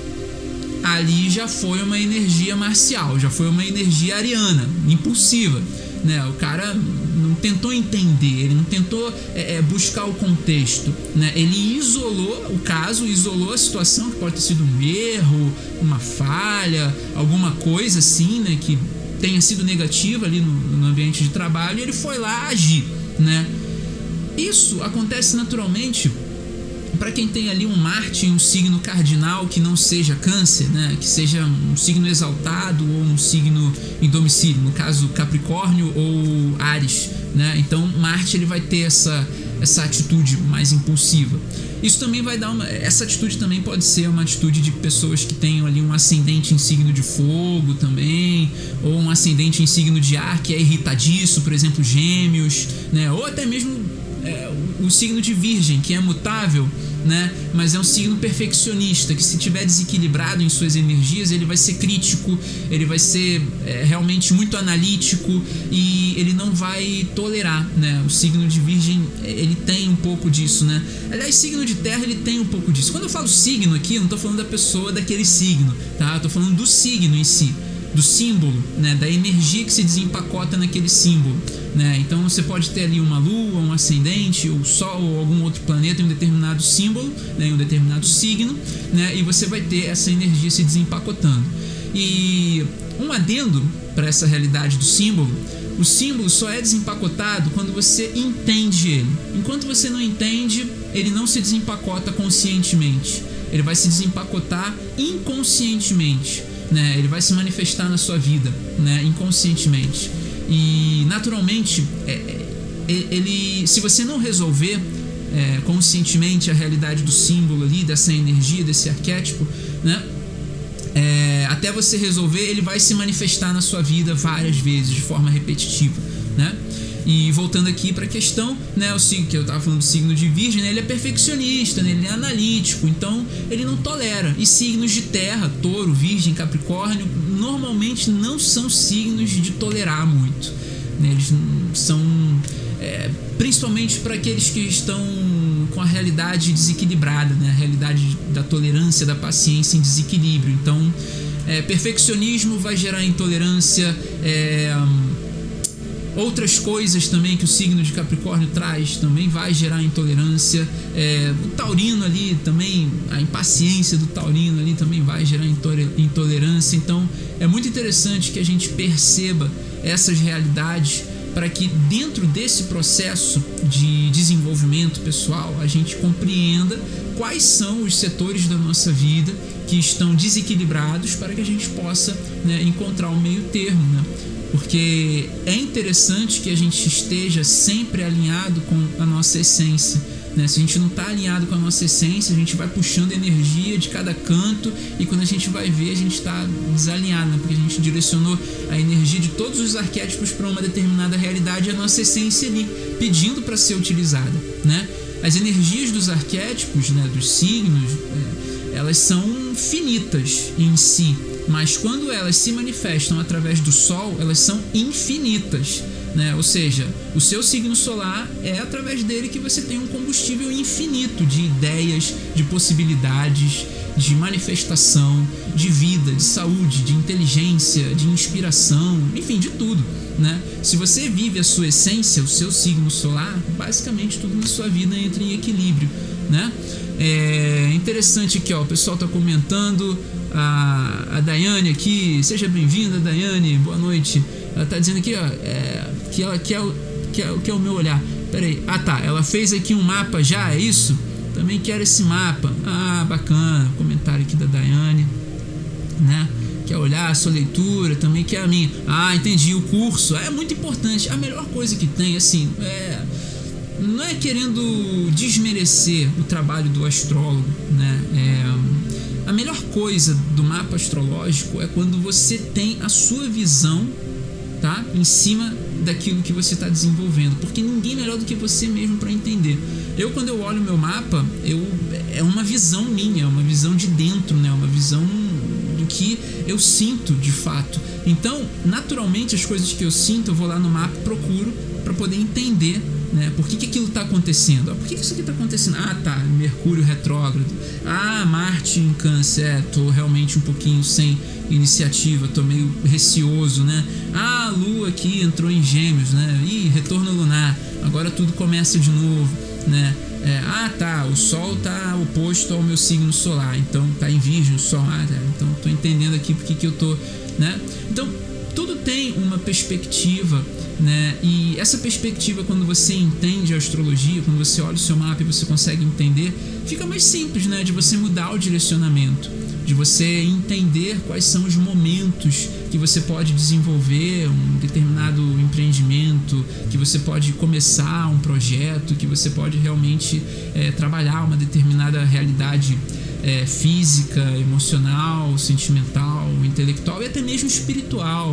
Ali já foi uma energia marcial, já foi uma energia ariana, impulsiva, né? O cara não tentou entender, ele não tentou buscar o contexto, né? Ele isolou o caso, isolou a situação, que pode ter sido um erro, uma falha, alguma coisa assim, né, que tenha sido negativa ali no ambiente de trabalho, e ele foi lá agir, né? Isso acontece naturalmente para quem tem ali um Marte em um signo cardinal que não seja Câncer, né? Que seja um signo exaltado ou um signo em domicílio, no caso Capricórnio ou Áries, né? Então Marte, ele vai ter essa atitude mais impulsiva. Isso também vai dar essa atitude também pode ser uma atitude de pessoas que tenham ali um ascendente em signo de fogo também, ou um ascendente em signo de ar que é irritadiço, por exemplo, Gêmeos, né? Ou até mesmo o signo de Virgem, que é mutável, né? Mas é um signo perfeccionista, que se tiver desequilibrado em suas energias, ele vai ser crítico, ele vai ser realmente muito analítico e ele não vai tolerar, né? O signo de Virgem, ele tem um pouco disso, né? Aliás, signo de Terra, ele tem um pouco disso. Quando eu falo signo aqui, eu não tô falando da pessoa daquele signo, tá? Eu tô falando do signo em si, do símbolo, né? Da energia que se desempacota naquele símbolo, né? Então você pode ter ali uma lua, um ascendente, o sol ou algum outro planeta em um determinado símbolo, né? Em um determinado signo, né? E você vai ter essa energia se desempacotando. E um adendo para essa realidade do símbolo: o símbolo só é desempacotado quando você entende ele. Enquanto você não entende, ele não se desempacota conscientemente. Ele vai se desempacotar inconscientemente, né? Ele vai se manifestar na sua vida, né? Inconscientemente. E naturalmente, se você não resolver conscientemente a realidade do símbolo ali, dessa energia, desse arquétipo, né? Até você resolver, ele vai se manifestar na sua vida várias vezes, de forma repetitiva, né? E voltando aqui para a questão, né, o signo que eu estava falando do signo de Virgem, né, ele é perfeccionista, né, ele é analítico, então ele não tolera. E signos de terra, Touro, Virgem, Capricórnio, normalmente não são signos de tolerar muito, né? Eles são, principalmente para aqueles que estão com a realidade desequilibrada, né, a realidade da tolerância, da paciência em desequilíbrio. Então, perfeccionismo vai gerar intolerância. Outras coisas também que o signo de Capricórnio traz também vai gerar intolerância. O taurino ali também, a impaciência do taurino ali também vai gerar intolerância. Então é muito interessante que a gente perceba essas realidades, para que dentro desse processo de desenvolvimento pessoal a gente compreenda quais são os setores da nossa vida que estão desequilibrados, para que a gente possa, né, encontrar um meio termo, né? Porque é interessante que a gente esteja sempre alinhado com a nossa essência, né? Se a gente não está alinhado com a nossa essência, a gente vai puxando energia de cada canto, e quando a gente vai ver, a gente está desalinhado, né? Porque a gente direcionou a energia de todos os arquétipos para uma determinada realidade, e a nossa essência ali pedindo para ser utilizada, né? As energias dos arquétipos, né, dos signos, elas são finitas em si, mas quando elas se manifestam através do Sol, elas são infinitas, né? Ou seja, o seu signo solar é através dele que você tem um combustível infinito de ideias, de possibilidades, de manifestação, de vida, de saúde, de inteligência, de inspiração, enfim, de tudo, né? Se você vive a sua essência, o seu signo solar, basicamente tudo na sua vida entra em equilíbrio, né? É interessante aqui, ó, o pessoal tá comentando. A Daiane aqui, seja bem-vinda, Daiane, boa noite. Ela tá dizendo aqui, ó, que ela quer o meu olhar. Pera aí, tá, ela fez aqui um mapa já, é isso? Também quero esse mapa. Bacana, comentário aqui da Daiane, né? Quer olhar a sua leitura, também quer a minha. Entendi, o curso é muito importante. A melhor coisa que tem, assim, não é querendo desmerecer o trabalho do astrólogo, né? A melhor coisa do mapa astrológico é quando você tem a sua visão, tá, em cima daquilo que você está desenvolvendo, porque ninguém melhor do que você mesmo para entender. Quando eu olho meu mapa, é uma visão minha, uma visão de dentro, né? Uma visão do que eu sinto de fato. Então, naturalmente, as coisas que eu sinto, eu vou lá no mapa e procuro para poder entender, né? Por que aquilo está acontecendo? Por que isso aqui está acontecendo? Mercúrio retrógrado. Marte em Câncer. Tô realmente um pouquinho sem iniciativa, tô meio receoso, né? A Lua aqui entrou em Gêmeos, né? Retorno lunar. Agora tudo começa de novo, né? O Sol tá oposto ao meu signo solar, então tá em Virgem o Sol. Então tô entendendo aqui porque que eu tô, né? Então tudo tem uma perspectiva, né? E essa perspectiva, quando você entende a astrologia, quando você olha o seu mapa e você consegue entender, fica mais simples, né? De você mudar o direcionamento, de você entender quais são os momentos que você pode desenvolver um determinado empreendimento, que você pode começar um projeto, que você pode realmente trabalhar uma determinada realidade física, emocional, sentimental, intelectual e até mesmo espiritual.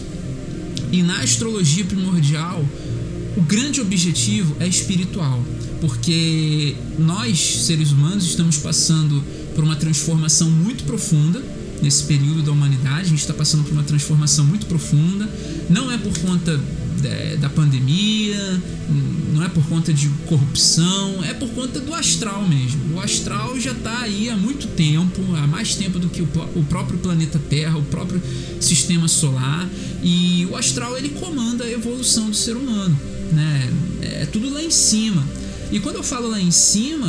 E na astrologia primordial, o grande objetivo é espiritual, porque nós, seres humanos, estamos passando por uma transformação muito profunda nesse período da humanidade. A gente está passando por uma transformação muito profunda. Não é por conta da pandemia, não é por conta de corrupção, é por conta do astral mesmo. O astral já está aí há muito tempo, há mais tempo do que o próprio planeta Terra, o próprio sistema solar, e o astral ele comanda a evolução do ser humano, né? É tudo lá em cima. E quando eu falo lá em cima,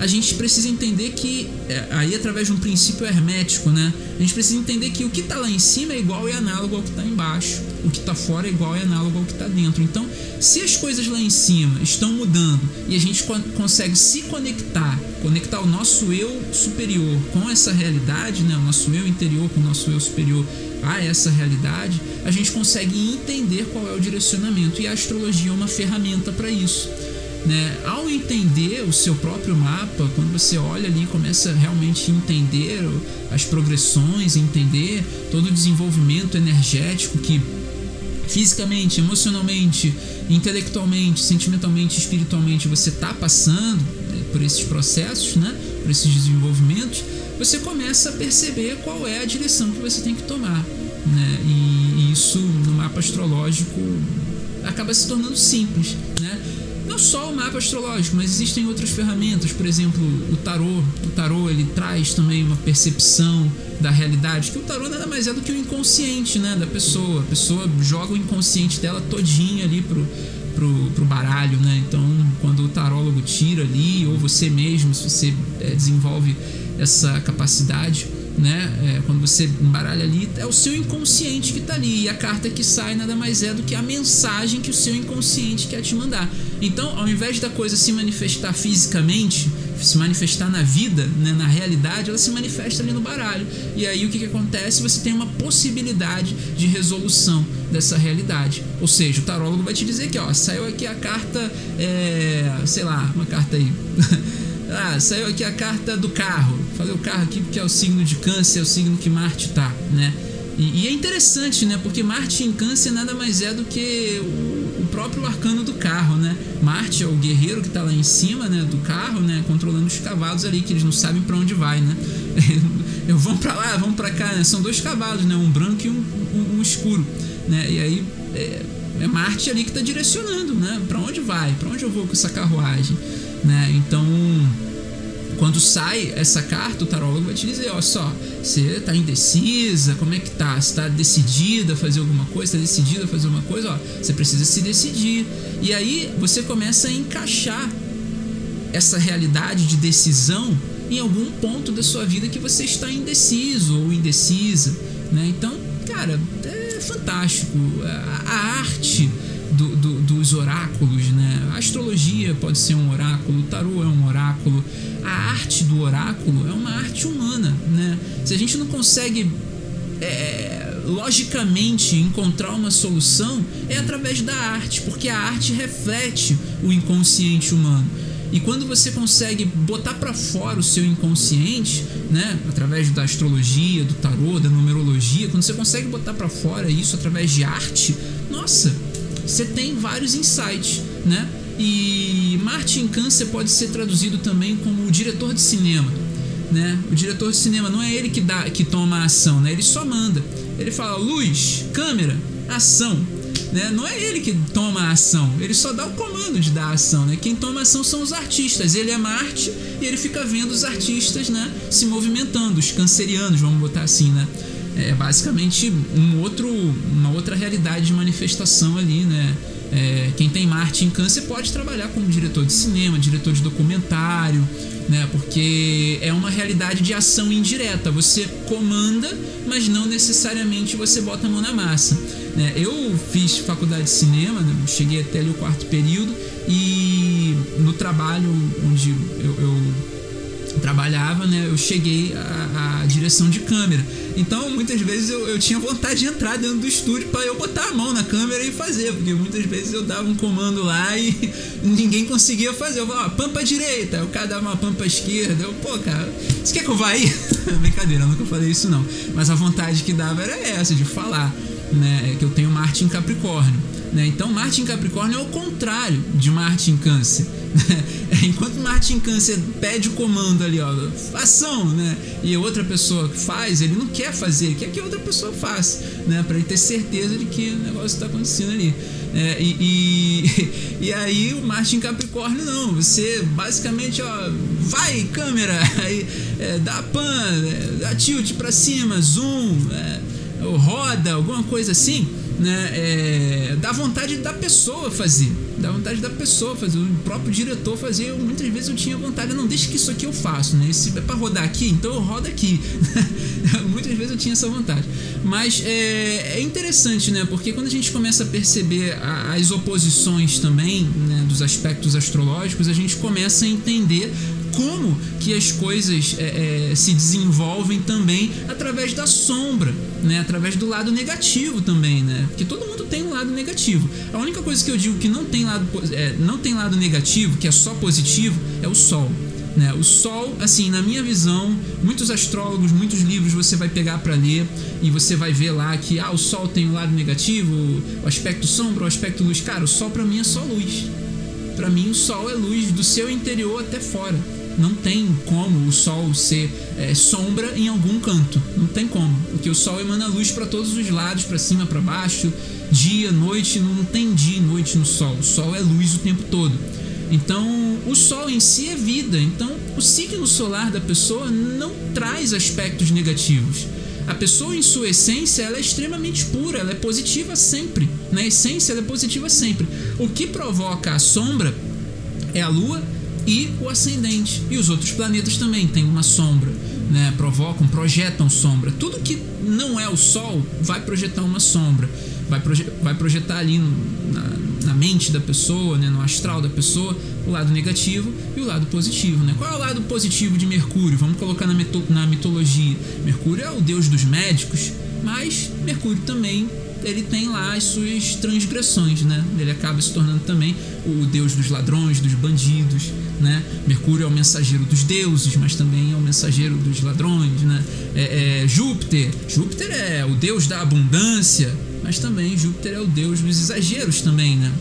a gente precisa entender que, aí através de um princípio hermético, né? A gente precisa entender que o que está lá em cima é igual e análogo ao que está embaixo. O que está fora é igual e análogo ao que está dentro. Então, se as coisas lá em cima estão mudando e a gente consegue se conectar o nosso eu superior com essa realidade, né? O nosso eu interior com o nosso eu superior a essa realidade, a gente consegue entender qual é o direcionamento, e a astrologia é uma ferramenta para isso, né? Ao entender o seu próprio mapa, quando você olha ali e começa realmente a entender as progressões, entender todo o desenvolvimento energético que fisicamente, emocionalmente, intelectualmente, sentimentalmente, espiritualmente você está passando por esses processos, né? Por esses desenvolvimentos, você começa a perceber qual é a direção que você tem que tomar, né? E isso no mapa astrológico acaba se tornando simples, né? Não só o mapa astrológico, mas existem outras ferramentas, por exemplo, o tarô. O tarô, ele traz também uma percepção da realidade, que o tarô nada mais é do que o inconsciente, né, da pessoa. A pessoa joga o inconsciente dela todinho ali pro baralho, né? Então, quando o tarólogo tira ali, ou você mesmo, se você desenvolve essa capacidade, né? Quando você embaralha ali, é o seu inconsciente que está ali, e a carta que sai nada mais é do que a mensagem que o seu inconsciente quer te mandar. Então, ao invés da coisa se manifestar fisicamente, se manifestar na vida, né, na realidade, ela se manifesta ali no baralho. E aí o que acontece? Você tem uma possibilidade de resolução dessa realidade. Ou seja, o tarólogo vai te dizer que, ó, saiu aqui a carta, sei lá, uma carta aí. Saiu aqui a carta do carro. Falei o carro aqui porque é o signo de Câncer, é o signo que Marte tá, né? E é interessante, né? Porque Marte em Câncer nada mais é do que o próprio arcano do carro, né? Marte é o guerreiro que tá lá em cima, né, do carro, né, controlando os cavalos ali, que eles não sabem para onde vai, né? Vão para lá, vão para cá, né? São dois cavalos, né? Um branco e um escuro, né? E aí é Marte ali que tá direcionando, né? Para onde vai? Para onde eu vou com essa carruagem, né? Então, quando sai essa carta, o tarólogo vai te dizer, ó, só, você tá indecisa, como é que tá? Você tá decidida a fazer alguma coisa? Tá decidida a fazer uma coisa? Ó, você precisa se decidir. E aí você começa a encaixar essa realidade de decisão em algum ponto da sua vida que você está indeciso ou indecisa, né? Então, cara, é fantástico. A arte dos oráculos, né? A astrologia pode ser um oráculo, o tarô é um oráculo. A arte do oráculo é uma arte humana, né? Se a gente não consegue logicamente encontrar uma solução, é através da arte, porque a arte reflete o inconsciente humano. E quando você consegue botar para fora o seu inconsciente, né, através da astrologia, do tarô, da numerologia, quando você consegue botar para fora isso através de arte, nossa, você tem vários insights, né? E Marte em Câncer pode ser traduzido também como o diretor de cinema, né? O diretor de cinema não é ele que toma a ação, né? Ele só manda. Ele fala luz, câmera, ação, né? Não é ele que toma a ação, ele só dá o comando de dar a ação, né? Quem toma a ação são os artistas. Ele é Marte e ele fica vendo os artistas, né, se movimentando, os cancerianos, vamos botar assim, né? É basicamente uma outra realidade de manifestação ali, né? Quem tem Marte em Câncer pode trabalhar como diretor de cinema, diretor de documentário, né? Porque é uma realidade de ação indireta. Você comanda, mas não necessariamente você bota a mão na massa, né? Eu fiz faculdade de cinema, né? Cheguei até ali o 4º período, e no trabalho onde eu trabalhava, né, eu cheguei à direção de câmera. Então muitas vezes eu tinha vontade de entrar dentro do estúdio para eu botar a mão na câmera e fazer, porque muitas vezes eu dava um comando lá e ninguém conseguia fazer. Eu falava, pampa direita, o cara dava uma pampa esquerda. Eu, pô, cara, você quer que eu vá aí? Brincadeira, eu nunca falei isso não, mas a vontade que dava era essa, de falar, né, que eu tenho Marte em Capricórnio, né? Então Marte em Capricórnio é o contrário de Marte em Câncer. Enquanto Marte em Câncer pede o comando ali, ó, ação, né? E a outra pessoa que faz, ele não quer fazer, ele quer que a outra pessoa faça, né? Pra ele ter certeza de que o negócio tá acontecendo ali. E aí o Marte em Capricórnio não, você basicamente, ó, vai câmera, aí dá pan, dá tilt pra cima, zoom, roda, alguma coisa assim, né? Dá vontade da pessoa fazer, Dá vontade da pessoa fazer, o próprio diretor fazer. Muitas vezes eu tinha vontade, não, deixa que isso aqui eu faço, né? Se é pra rodar aqui, então eu rodo aqui. Muitas vezes eu tinha essa vontade. Mas é interessante, né? Porque quando a gente começa a perceber as oposições também, né, dos aspectos astrológicos, a gente começa a entender como que as coisas se desenvolvem também através da sombra, né? Através do lado negativo também, né? Porque todo mundo tem um lado negativo. A única coisa que eu digo que não tem lado negativo, que é só positivo, é o Sol. Né? O Sol, assim, na minha visão, muitos astrólogos, muitos livros você vai pegar para ler e você vai ver lá que o Sol tem o lado negativo, o aspecto sombra, o aspecto luz. Cara, o Sol para mim é só luz. Para mim o Sol é luz do seu interior até fora. Não tem como o Sol ser sombra em algum canto. Não tem como. Porque o Sol emana luz para todos os lados, para cima, para baixo, dia, noite. Não tem dia e noite no Sol. O Sol é luz o tempo todo. Então, o Sol em si é vida. Então, o signo solar da pessoa não traz aspectos negativos. A pessoa, em sua essência, ela é extremamente pura, ela é positiva sempre. Na essência, ela é positiva sempre. O que provoca a sombra é a Lua e o ascendente. E os outros planetas também têm uma sombra, né? Projetam sombra. Tudo que não é o Sol vai projetar uma sombra. Vai projetar ali na mente da pessoa, né? No astral da pessoa, o lado negativo e o lado positivo, né? Qual é o lado positivo de Mercúrio? Vamos colocar na mitologia. Mercúrio é o deus dos médicos, mas Mercúrio também ele tem lá as suas transgressões, né? Ele acaba se tornando também o deus dos ladrões, dos bandidos, né? Mercúrio é o mensageiro dos deuses, mas também é o mensageiro dos ladrões, né? Júpiter é o deus da abundância, mas também Júpiter é o deus dos exageros também, né?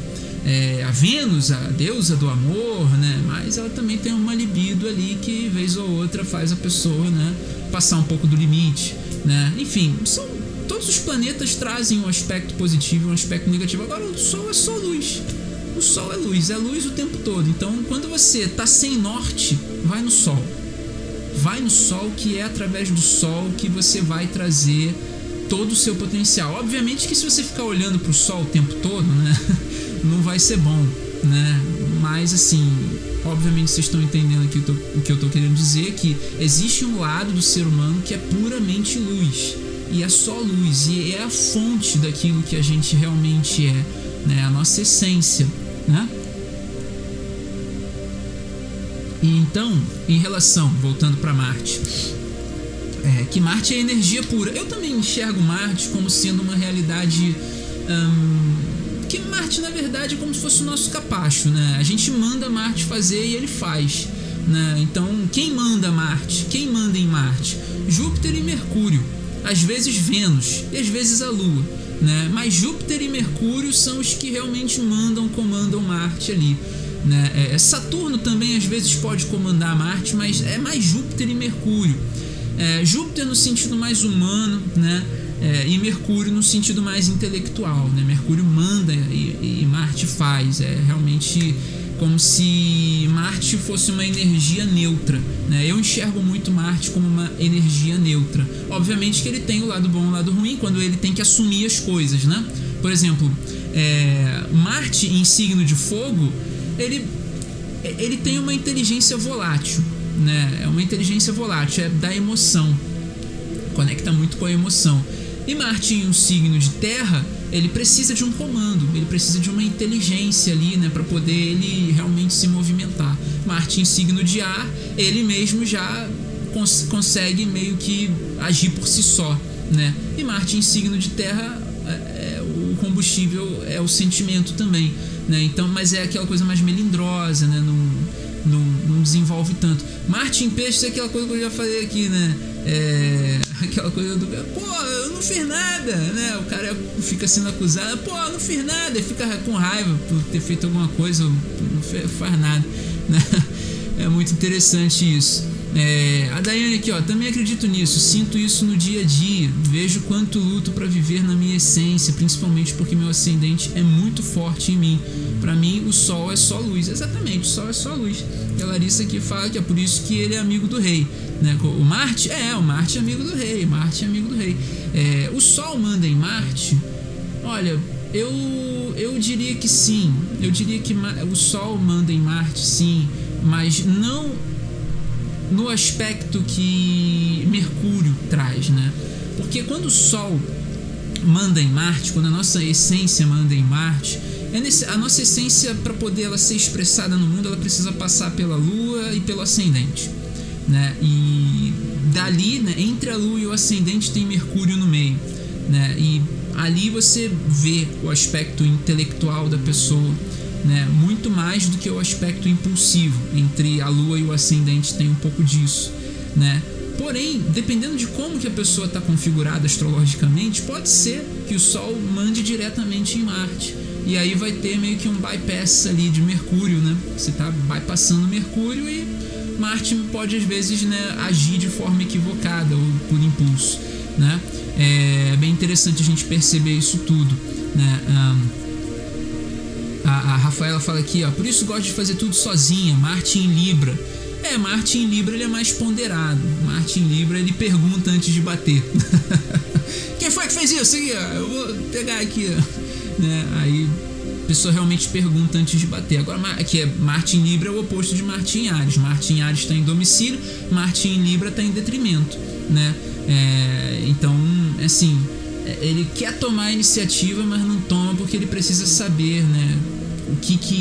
A Vênus, a deusa do amor, né? Mas ela também tem uma libido ali que vez ou outra faz a pessoa, né, passar um pouco do limite, né? Enfim, todos os planetas trazem um aspecto positivo e um aspecto negativo. Agora o Sol é só luz. O Sol é luz o tempo todo. Então, quando você tá sem norte, vai no Sol. Vai no Sol, que é através do Sol que você vai trazer todo o seu potencial. Obviamente que se você ficar olhando pro Sol o tempo todo, né, não vai ser bom, né? Mas assim, obviamente vocês estão entendendo aqui o que eu tô querendo dizer, que existe um lado do ser humano que é puramente luz. E é só luz, e é a fonte daquilo que a gente realmente é, né? A nossa essência, né? E então, em relação, voltando para Marte, que Marte é energia pura. Eu também enxergo Marte como sendo uma realidade que Marte, na verdade, é como se fosse o nosso capacho, né? A gente manda Marte fazer e ele faz, né? Então, quem manda Marte? Quem manda em Marte? Júpiter e Mercúrio. Às vezes Vênus e às vezes a Lua, né? Mas Júpiter e Mercúrio são os que realmente comandam Marte ali, né? Saturno também às vezes pode comandar Marte, mas é mais Júpiter e Mercúrio. Júpiter no sentido mais humano, né? E Mercúrio no sentido mais intelectual, né? Mercúrio manda e Marte faz. É realmente como se Marte fosse uma energia neutra, né? Eu enxergo muito Marte como uma energia neutra. Obviamente que ele tem o lado bom e o lado ruim quando ele tem que assumir as coisas, né? Por exemplo, Marte em signo de fogo, ele tem uma inteligência volátil, né? É uma inteligência volátil, é da emoção, conecta muito com a emoção. E Marte em um signo de terra, ele precisa de um comando, ele precisa de uma inteligência ali, né, para poder ele realmente se movimentar. Marte em signo de ar, ele mesmo já consegue meio que agir por si só, né? E Marte em signo de terra, o combustível é o sentimento também, né? Então, mas é aquela coisa mais melindrosa, né? Não desenvolve tanto. Marte em peixes é aquela coisa que eu já falei aqui, né? Aquela coisa do eu não fiz nada, né? O cara fica sendo acusado, eu não fiz nada, e fica com raiva por ter feito alguma coisa, não faz nada, né? É muito interessante isso. A Daiane aqui, também acredito nisso, sinto isso no dia a dia, vejo quanto luto para viver na minha essência, principalmente porque meu ascendente é muito forte em mim. Para mim o Sol é só luz. Exatamente, o Sol é só luz. E a Larissa aqui fala que é por isso que ele é amigo do rei, né? O Marte é amigo do rei. Marte é amigo do rei. O Sol manda em Marte. Olha, Eu diria que sim. Eu diria que o Sol manda em Marte, sim, mas não no aspecto que Mercúrio traz, né? Porque quando o Sol manda em Marte, quando a nossa essência manda em Marte, a nossa essência, para poder ela ser expressada no mundo, ela precisa passar pela Lua e pelo ascendente, né? E dali, né, entre a Lua e o ascendente tem Mercúrio no meio, né? E ali você vê o aspecto intelectual da pessoa, né? Muito mais do que o aspecto impulsivo. Entre a Lua e o ascendente tem um pouco disso, né? Porém, dependendo de como que a pessoa está configurada astrologicamente, pode ser que o Sol mande diretamente em Marte. E aí vai ter meio que um bypass ali de Mercúrio, né? Você está bypassando Mercúrio e Marte pode às vezes, né, agir de forma equivocada ou por impulso, né? É bem interessante a gente perceber isso tudo, né? A Rafaela fala aqui, ó, por isso gosto de fazer tudo sozinha. Marte em Libra. Marte em Libra ele é mais ponderado. Marte em Libra ele pergunta antes de bater. Quem foi que fez isso? Aqui, ó, eu vou pegar aqui, né? Aí a pessoa realmente pergunta antes de bater. Agora, aqui Marte em Libra é o oposto de Marte em Áries. Marte em Áries está em domicílio, Marte em Libra está em detrimento, né? Então, assim, ele quer tomar a iniciativa, mas não toma porque ele precisa saber, né, o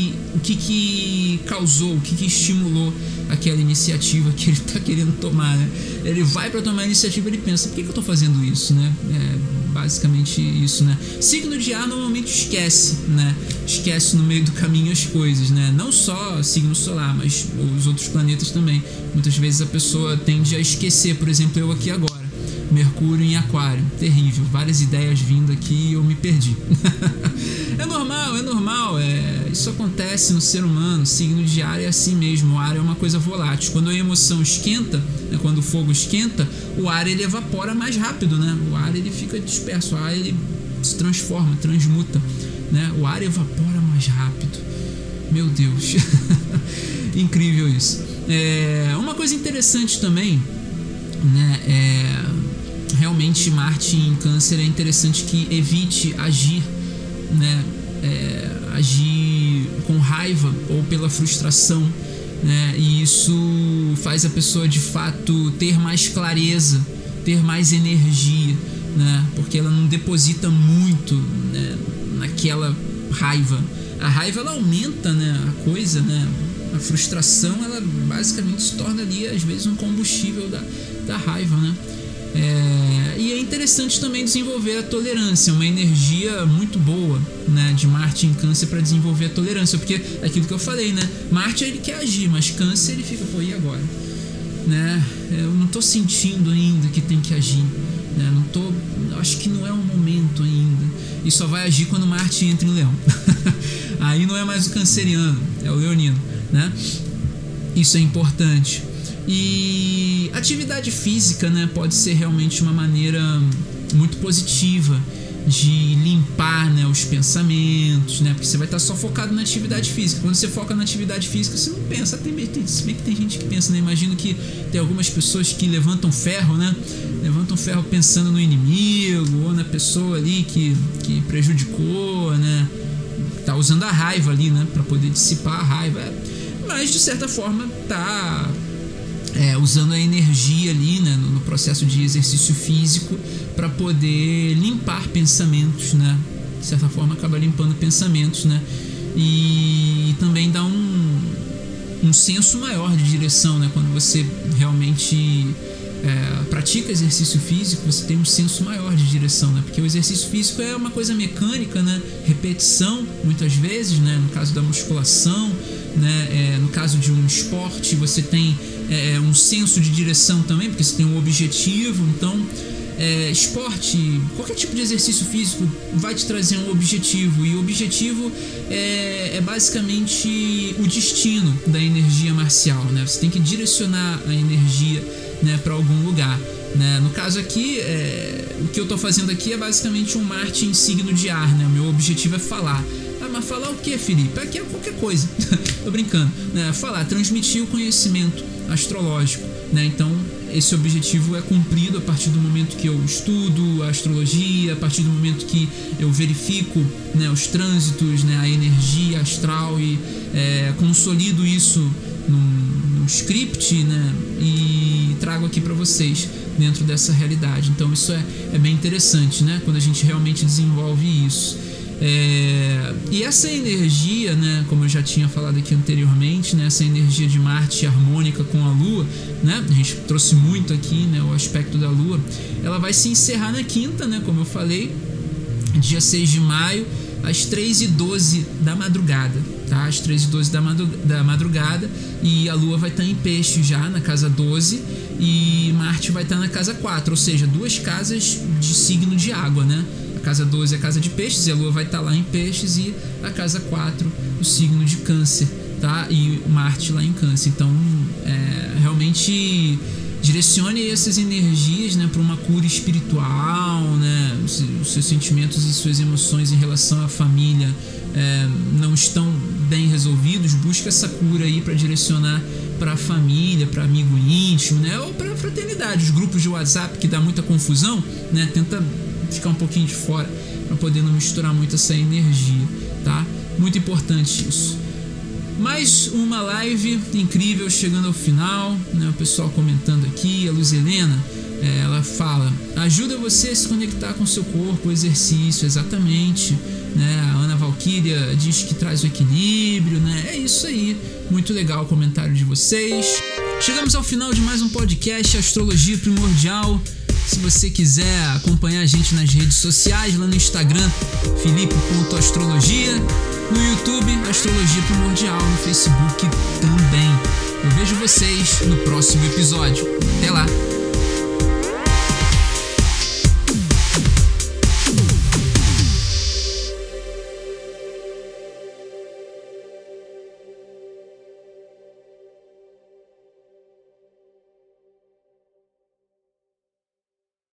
que causou, o que estimulou aquela iniciativa que ele está querendo tomar, né? Ele vai para tomar a iniciativa e ele pensa, por que eu estou fazendo isso, né? Basicamente isso, né? Signo de ar normalmente esquece, né? Esquece no meio do caminho as coisas, né? Não só signo solar, mas os outros planetas também. Muitas vezes a pessoa tende a esquecer, por exemplo, eu aqui agora. Mercúrio em Aquário, terrível, várias ideias vindo aqui e eu me perdi. É normal, isso acontece no ser humano. Signo de ar é assim mesmo, o ar é uma coisa volátil. Quando a emoção esquenta, né, quando o fogo esquenta, o ar ele evapora mais rápido, né? O ar ele fica disperso, o ar ele se transforma, transmuta, né? O ar evapora mais rápido. Meu Deus, incrível isso. Uma coisa interessante também, né, realmente Marte em Câncer é interessante que evite agir, né, agir com raiva ou pela frustração, né, e isso faz a pessoa de fato ter mais clareza, ter mais energia, né, porque ela não deposita muito, né, naquela raiva. A raiva ela aumenta, né, a coisa, né, a frustração ela basicamente se torna ali às vezes um combustível da raiva, né? E é interessante também desenvolver a tolerância, uma energia muito boa, né, de Marte em Câncer para desenvolver a tolerância, porque é aquilo que eu falei, né? Marte ele quer agir, mas Câncer ele fica, pô, e agora? Né? Eu não tô sentindo ainda que tem que agir, né? Acho que não é o momento ainda. E só vai agir quando Marte entra em Leão. Aí não é mais o canceriano, é o leonino, né? Isso é importante. E atividade física, né, pode ser realmente uma maneira muito positiva de limpar, né, os pensamentos, né, porque você vai estar só focado na atividade física. Quando você foca na atividade física, você não pensa. Se bem que tem gente que pensa, né? Imagino que tem algumas pessoas que levantam ferro, né? Levantam ferro pensando no inimigo ou na pessoa ali que prejudicou, né? Tá usando a raiva ali, né, para poder dissipar a raiva. Mas de certa forma tá usando a energia ali, né, no processo de exercício físico para poder limpar pensamentos, né? De certa forma acaba limpando pensamentos, né? E também dá um senso maior de direção, né? Quando você realmente pratica exercício físico, você tem um senso maior de direção, né? Porque o exercício físico é uma coisa mecânica, né? Repetição, muitas vezes, né? No caso da musculação, né? No caso de um esporte, você tem um senso de direção também, porque você tem um objetivo. Então, esporte, qualquer tipo de exercício físico vai te trazer um objetivo, e o objetivo é basicamente o destino da energia marcial, né? Você tem que direcionar a energia, né, para algum lugar, né? No caso aqui, o que eu estou fazendo aqui é basicamente um Marte em signo de ar, né? O meu objetivo é falar. Mas falar o que, Felipe? Aqui é qualquer coisa. Tô brincando, né? Falar, transmitir o conhecimento astrológico, né? Então esse objetivo é cumprido a partir do momento que eu estudo a astrologia, a partir do momento que eu verifico, né, os trânsitos, né, a energia astral e consolido isso num script, né, e trago aqui para vocês dentro dessa realidade. Então isso é bem interessante, né, quando a gente realmente desenvolve isso. E essa energia, né, como eu já tinha falado aqui anteriormente, né, essa energia de Marte harmônica com a Lua, né, a gente trouxe muito aqui, né, o aspecto da Lua, ela vai se encerrar na quinta, né, como eu falei, dia 6 de maio, às 3h12 da madrugada, tá? Às 3h12 da madrugada, e a Lua vai estar em Peixes já, na casa 12, e Marte vai estar na casa 4, ou seja, 2 casas de signo de água, né? A casa 12 é a casa de Peixes, e a Lua vai estar lá em Peixes, e a casa 4, o signo de Câncer, tá? E Marte lá em Câncer. Então, realmente direcione essas energias, né, para uma cura espiritual, né? Os seus sentimentos e suas emoções em relação à família não estão bem resolvidos, busca essa cura aí para direcionar para a família, para amigo íntimo, né, ou para a fraternidade. Os grupos de WhatsApp que dá muita confusão, né, tenta ficar um pouquinho de fora para poder não misturar muito essa energia, tá? Muito importante isso. Mais uma live incrível chegando ao final, né? O pessoal comentando aqui, a Luz Helena, ela fala: ajuda você a se conectar com o seu corpo, o exercício, exatamente, né? A Ana Valquíria diz que traz o equilíbrio, né? É isso aí, muito legal o comentário de vocês. Chegamos ao final de mais um podcast Astrologia Primordial. Se você quiser acompanhar a gente nas redes sociais, lá no Instagram, filipe.astrologia, no YouTube, Astrologia Primordial, no Facebook também. Eu vejo vocês no próximo episódio. Até lá!